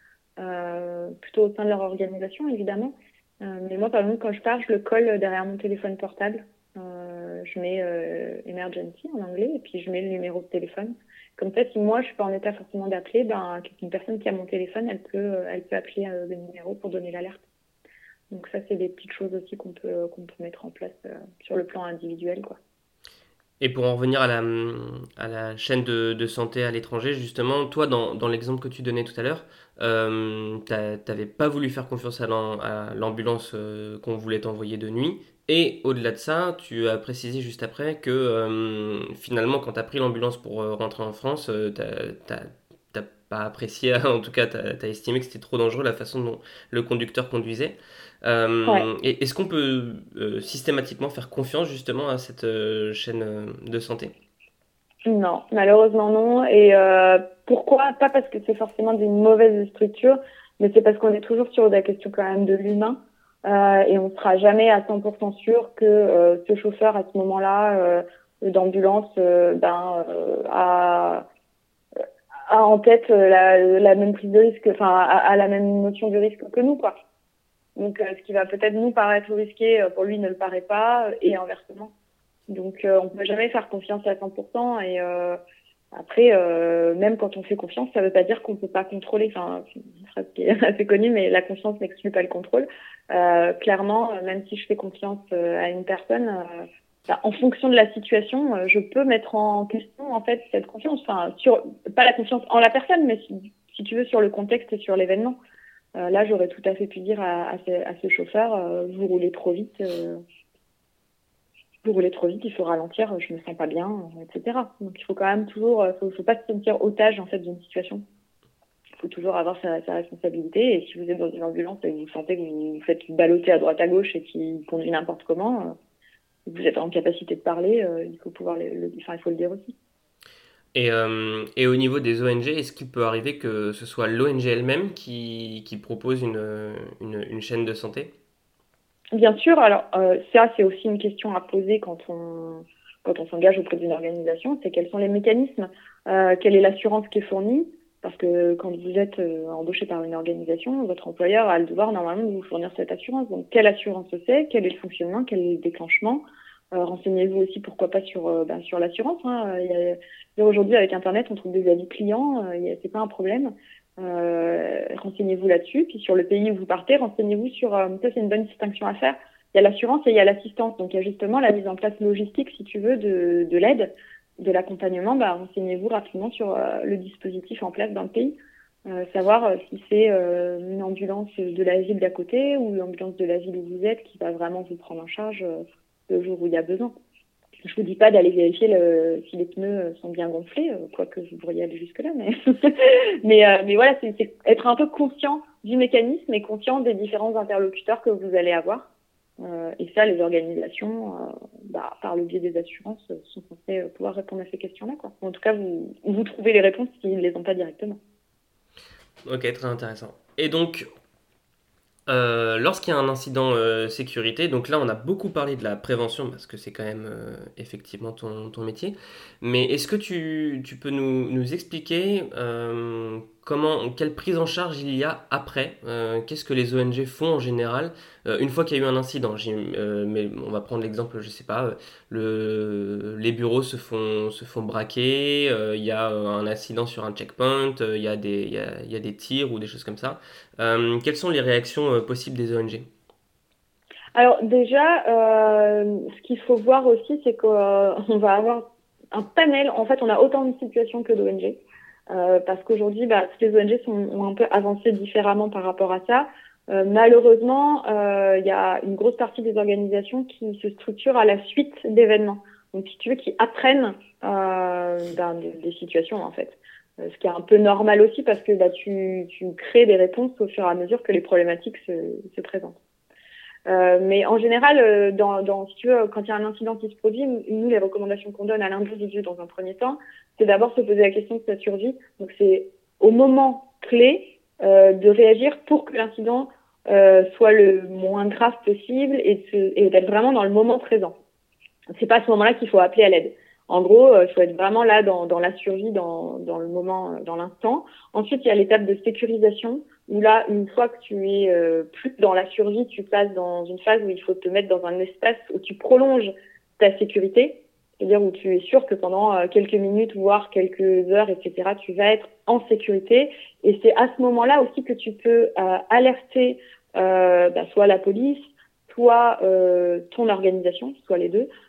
plutôt au sein de leur organisation, évidemment. Mais moi, par exemple, quand je pars, je le colle derrière mon téléphone portable. Je mets emergency en anglais et puis je mets le numéro de téléphone. Comme ça, si moi, je suis pas en état forcément d'appeler, une personne qui a mon téléphone, elle peut appeler le numéro pour donner l'alerte. Donc ça, c'est des petites choses aussi qu'on peut mettre en place sur le plan individuel, quoi. Et pour en revenir à la chaîne de santé à l'étranger, justement, toi, dans l'exemple que tu donnais tout à l'heure, t'avais pas voulu faire confiance à l'ambulance qu'on voulait t'envoyer de nuit. Et au-delà de ça, tu as précisé juste après que finalement, quand tu as pris l'ambulance pour rentrer en France, t'as pas apprécié, en tout cas, t'as estimé que c'était trop dangereux la façon dont le conducteur conduisait. Ouais. Et est-ce qu'on peut systématiquement faire confiance justement à cette chaîne de santé? Non, malheureusement non. Et pourquoi? Pas parce que c'est forcément d'une mauvaise structure, mais c'est parce qu'on est toujours sur la question quand même de l'humain. Et on ne sera jamais à 100% sûr que ce chauffeur, à ce moment-là, d'ambulance, a en tête la même prise de risque, enfin, a la même notion du risque que nous, quoi. Donc, ce qui va peut-être nous paraître risqué, pour lui ne le paraît pas, et inversement. Donc, on ne peut jamais faire confiance à 100%. Et après, même quand on fait confiance, ça ne veut pas dire qu'on ne peut pas contrôler. Enfin, c'est une phrase qui est assez connue, mais la confiance n'exclut pas le contrôle. Clairement, même si je fais confiance à une personne, en fonction de la situation, je peux mettre en question en fait cette confiance. Enfin, pas la confiance en la personne, mais si tu veux, sur le contexte et sur l'événement. Là, j'aurais tout à fait pu dire à ce chauffeur, vous roulez trop vite. Vous roulez trop vite, il faut ralentir, je me sens pas bien, etc. Donc il faut quand même toujours, faut pas se sentir otage en fait d'une situation. Il faut toujours avoir sa responsabilité. Et si vous êtes dans une ambulance et que vous sentez que vous vous faites balloter à droite à gauche et qu'il conduit n'importe comment, vous êtes en capacité de parler, il faut pouvoir enfin, il faut le dire aussi. Et au niveau des ONG, est-ce qu'il peut arriver que ce soit l'ONG elle-même qui propose une chaîne de santé? Bien sûr, alors ça c'est aussi une question à poser quand on s'engage auprès d'une organisation, c'est quels sont les mécanismes, quelle est l'assurance qui est fournie, parce que quand vous êtes embauché par une organisation, votre employeur a le devoir normalement de vous fournir cette assurance. Donc quelle assurance c'est, quel est le fonctionnement, quel est le déclenchement. Renseignez-vous aussi pourquoi pas sur l'assurance. Aujourd'hui avec Internet on trouve des avis clients, c'est pas un problème. Renseignez-vous là-dessus. Puis sur le pays où vous partez, renseignez-vous sur... ça, c'est une bonne distinction à faire. Il y a l'assurance et il y a l'assistance. Donc, il y a justement la mise en place logistique, si tu veux, de l'aide, de l'accompagnement. Renseignez-vous rapidement sur le dispositif en place dans le pays. Savoir si c'est une ambulance de la ville d'à côté ou l'ambulance de la ville où vous êtes qui va vraiment vous prendre en charge le jour où il y a besoin. Je vous dis pas d'aller vérifier si les pneus sont bien gonflés, quoique vous pourriez aller jusque-là, mais mais voilà, c'est être un peu conscient du mécanisme et conscient des différents interlocuteurs que vous allez avoir. Et ça, les organisations, par le biais des assurances, sont censées pouvoir répondre à ces questions-là, quoi. En tout cas, vous trouvez les réponses s'ils ne les ont pas directement. Ok, très intéressant. Et donc, lorsqu'il y a un incident sécurité, donc là on a beaucoup parlé de la prévention parce que c'est quand même effectivement ton métier, mais est-ce que tu peux nous expliquer quelle prise en charge il y a après? Qu'est-ce que les ONG font en général une fois qu'il y a eu un incident? Mais on va prendre l'exemple, je sais pas, les bureaux se font braquer, il y a un accident sur un checkpoint, il y a des tirs ou des choses comme ça. Quelles sont les réactions possibles des ONG? Alors déjà, ce qu'il faut voir aussi, c'est qu'on va avoir un panel. En fait, on a autant de situations que d'ONG. Parce qu'aujourd'hui, toutes les ONG ont un peu avancé différemment par rapport à ça. Malheureusement, il y a une grosse partie des organisations qui se structurent à la suite d'événements. Donc, si tu veux, qui apprennent des situations, en fait. Ce qui est un peu normal aussi parce que tu crées des réponses au fur et à mesure que les problématiques se présentent. Mais en général, si tu veux, quand il y a un incident qui se produit, nous, les recommandations qu'on donne à l'individu dans un premier temps, c'est d'abord se poser la question de sa survie. Donc, c'est au moment clé de réagir pour que l'incident soit le moins grave possible et d'être vraiment dans le moment présent. C'est pas à ce moment-là qu'il faut appeler à l'aide. En gros, il faut être vraiment là dans la survie, dans le moment, dans l'instant. Ensuite, il y a l'étape de sécurisation où là, une fois que tu es plus dans la survie, tu passes dans une phase où il faut te mettre dans un espace où tu prolonges ta sécurité, c'est-à-dire où tu es sûr que pendant quelques minutes, voire quelques heures, etc., tu vas être en sécurité. Et c'est à ce moment-là aussi que tu peux alerter soit la police, soit ton organisation, soit les deux,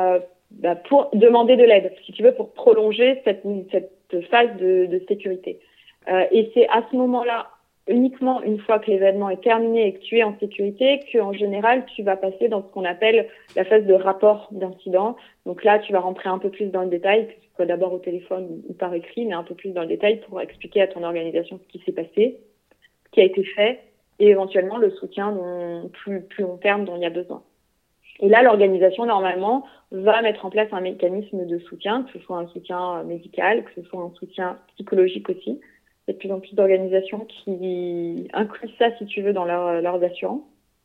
pour demander de l'aide, si tu veux, pour prolonger cette phase de sécurité. Et c'est à ce moment-là, uniquement une fois que l'événement est terminé et que tu es en sécurité, qu'en général, tu vas passer dans ce qu'on appelle la phase de rapport d'incident. Donc là, tu vas rentrer un peu plus dans le détail, que ce soit d'abord au téléphone ou par écrit, mais un peu plus dans le détail pour expliquer à ton organisation ce qui s'est passé, ce qui a été fait, et éventuellement le soutien plus long terme dont il y a besoin. Et là, l'organisation, normalement, va mettre en place un mécanisme de soutien, que ce soit un soutien médical, que ce soit un soutien psychologique aussi. Il y a de plus en plus d'organisations qui incluent ça, si tu veux, dans leurs assurances.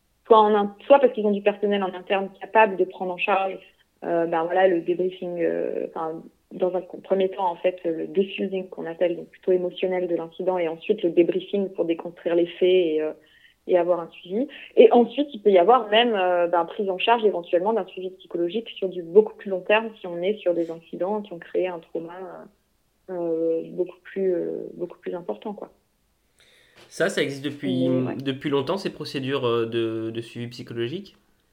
Soit parce qu'ils ont du personnel en interne capable de prendre en charge le débriefing, dans un premier temps, en fait, le diffusing qu'on appelle, donc plutôt émotionnel de l'incident, et ensuite le débriefing pour déconstruire les faits et avoir un suivi. Et ensuite, il peut y avoir même prise en charge éventuellement d'un suivi psychologique sur du beaucoup plus long terme si on est sur des incidents qui ont créé un trauma beaucoup plus important, quoi. Ça existe depuis longtemps, ces procédures de suivi psychologique?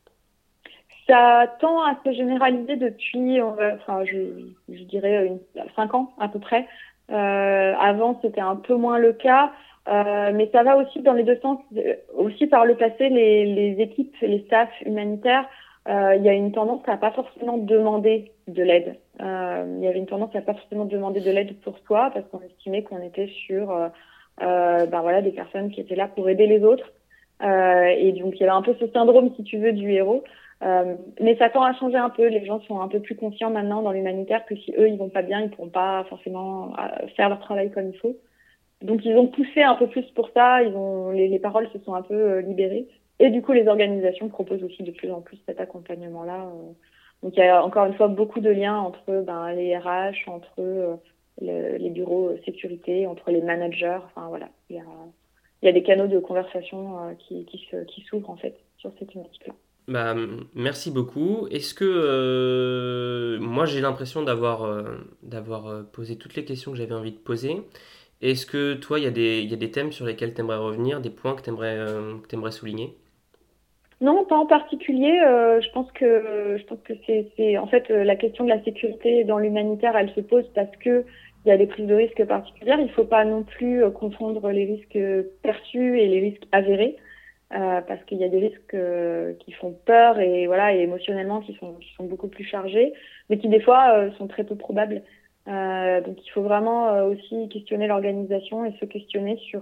Ça tend à se généraliser depuis, je dirais, 5 ans à peu près. Avant, c'était un peu moins le cas. Mais ça va aussi dans les deux sens. Aussi par le passé, les équipes, les staffs humanitaires, il y a une tendance à pas forcément demander de l'aide. Il y avait une tendance à pas forcément demander de l'aide pour soi parce qu'on estimait qu'on était sur des personnes qui étaient là pour aider les autres. Et donc il y avait un peu ce syndrome, si tu veux, du héros. Mais ça tend à changer un peu. Les gens sont un peu plus conscients maintenant dans l'humanitaire que si eux ils vont pas bien, ils pourront pas forcément faire leur travail comme il faut. Donc ils ont poussé un peu plus pour ça, les paroles se sont un peu libérées. Et du coup, les organisations proposent aussi de plus en plus cet accompagnement-là. Donc il y a encore une fois beaucoup de liens entre les RH, entre les bureaux sécurité, entre les managers. Enfin voilà, il y a des canaux de conversation qui s'ouvrent en fait sur cette thématique-là. Merci beaucoup. Est-ce que moi j'ai l'impression d'avoir posé toutes les questions que j'avais envie de poser. Est-ce que toi, il y a des thèmes sur lesquels tu aimerais revenir, des points que tu aimerais souligner? Non, pas en particulier. Je pense que c'est en fait la question de la sécurité dans l'humanitaire, elle se pose parce que il y a des prises de risques particulières. Il ne faut pas non plus confondre les risques perçus et les risques avérés, parce qu'il y a des risques qui font peur et voilà, et émotionnellement qui sont beaucoup plus chargés, mais qui des fois sont très peu probables. Donc il faut vraiment aussi questionner l'organisation et se questionner sur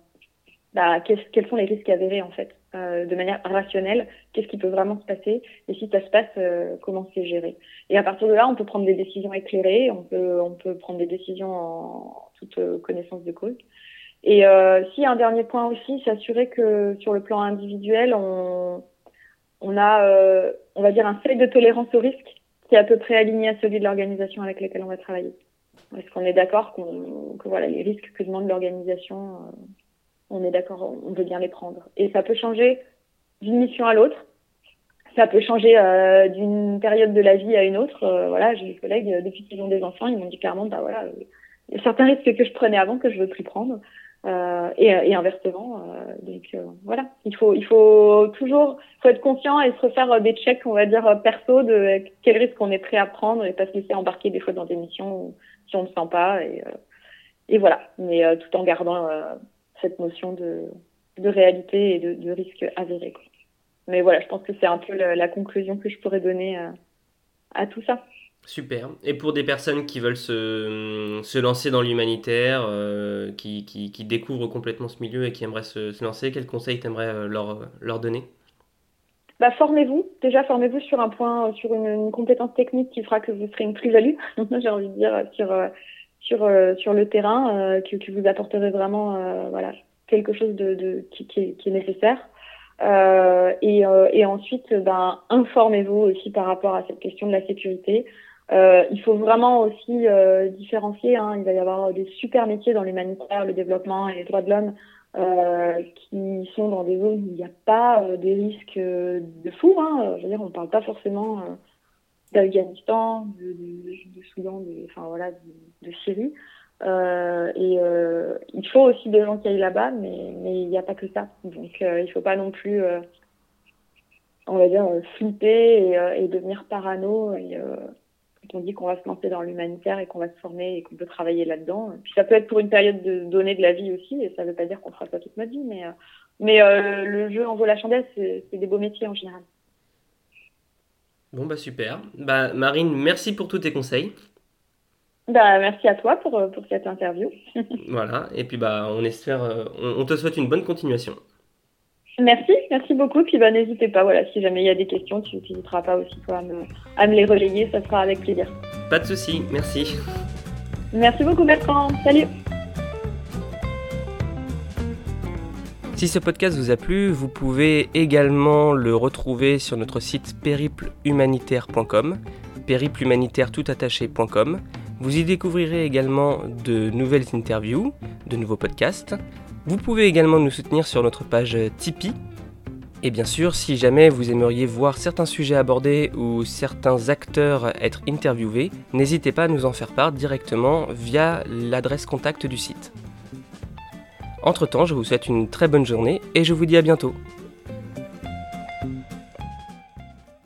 quels sont les risques avérés en fait, de manière rationnelle, qu'est-ce qui peut vraiment se passer et si ça se passe, comment c'est géré. Et à partir de là, on peut prendre des décisions éclairées, on peut prendre des décisions en toute connaissance de cause. Et si un dernier point aussi, s'assurer que sur le plan individuel, on a, on va dire, un seuil de tolérance au risque qui est à peu près aligné à celui de l'organisation avec laquelle on va travailler. Est-ce qu'on est d'accord que voilà, les risques que demande l'organisation, on est d'accord, on veut bien les prendre. Et ça peut changer d'une mission à l'autre. Ça peut changer d'une période de la vie à une autre. Voilà, j'ai des collègues, depuis qu'ils ont des enfants, ils m'ont dit clairement, bah voilà, il y a certains risques que je prenais avant que je veux plus prendre. Et inversement. Donc voilà, il faut toujours être conscient et se refaire des checks, on va dire, perso de quel risque on est prêt à prendre et pas se laisser embarquer des fois dans des missions où, si on ne sent pas. Et voilà, mais tout en gardant cette notion de réalité et de risque avéré, quoi. Mais voilà, je pense que c'est un peu la conclusion que je pourrais donner à tout ça. Super. Et pour des personnes qui veulent se lancer dans l'humanitaire, qui découvrent complètement ce milieu et qui aimeraient se lancer, quels conseils t'aimerais leur donner? Bah, formez-vous. Déjà, formez-vous sur un point, sur une compétence technique qui fera que vous serez une plus-value, j'ai envie de dire, sur le terrain, que vous apporterez vraiment voilà, quelque chose qui est nécessaire. Et ensuite, informez-vous aussi par rapport à cette question de la sécurité. Il faut vraiment aussi différencier. Il va y avoir des super métiers dans l'humanitaire, le développement et les droits de l'homme qui sont dans des zones où il n'y a pas des risques de fou. Je veux dire, on ne parle pas forcément d'Afghanistan, de Soudan, de Syrie. Il faut aussi des gens qui aillent là-bas, mais il n'y a pas que ça. Donc, il ne faut pas non plus, on va dire, flipper et devenir parano. Quand on dit qu'on va se lancer dans l'humanitaire et qu'on va se former et qu'on peut travailler là-dedans. Puis ça peut être pour une période donnée de la vie aussi, et ça ne veut pas dire qu'on fera ça toute notre vie. Mais le jeu en vaut la chandelle, c'est des beaux métiers en général. Bon, bah super. Bah, Marine, merci pour tous tes conseils. Merci à toi pour cette interview. Voilà. Et puis, bah, on te souhaite une bonne continuation. Merci beaucoup. Puis n'hésitez pas, voilà, si jamais il y a des questions, tu n'hésiteras pas aussi toi à me les relayer, ça sera avec plaisir. Pas de souci, merci. Merci beaucoup Bertrand, salut. Si ce podcast vous a plu, vous pouvez également le retrouver sur notre site périplehumanitaire.com, périplehumanitaire-toutattaché.com. Vous y découvrirez également de nouvelles interviews, de nouveaux podcasts. Vous pouvez également nous soutenir sur notre page Tipeee. Et bien sûr, si jamais vous aimeriez voir certains sujets abordés ou certains acteurs être interviewés, n'hésitez pas à nous en faire part directement via l'adresse contact du site. Entre-temps, je vous souhaite une très bonne journée et je vous dis à bientôt.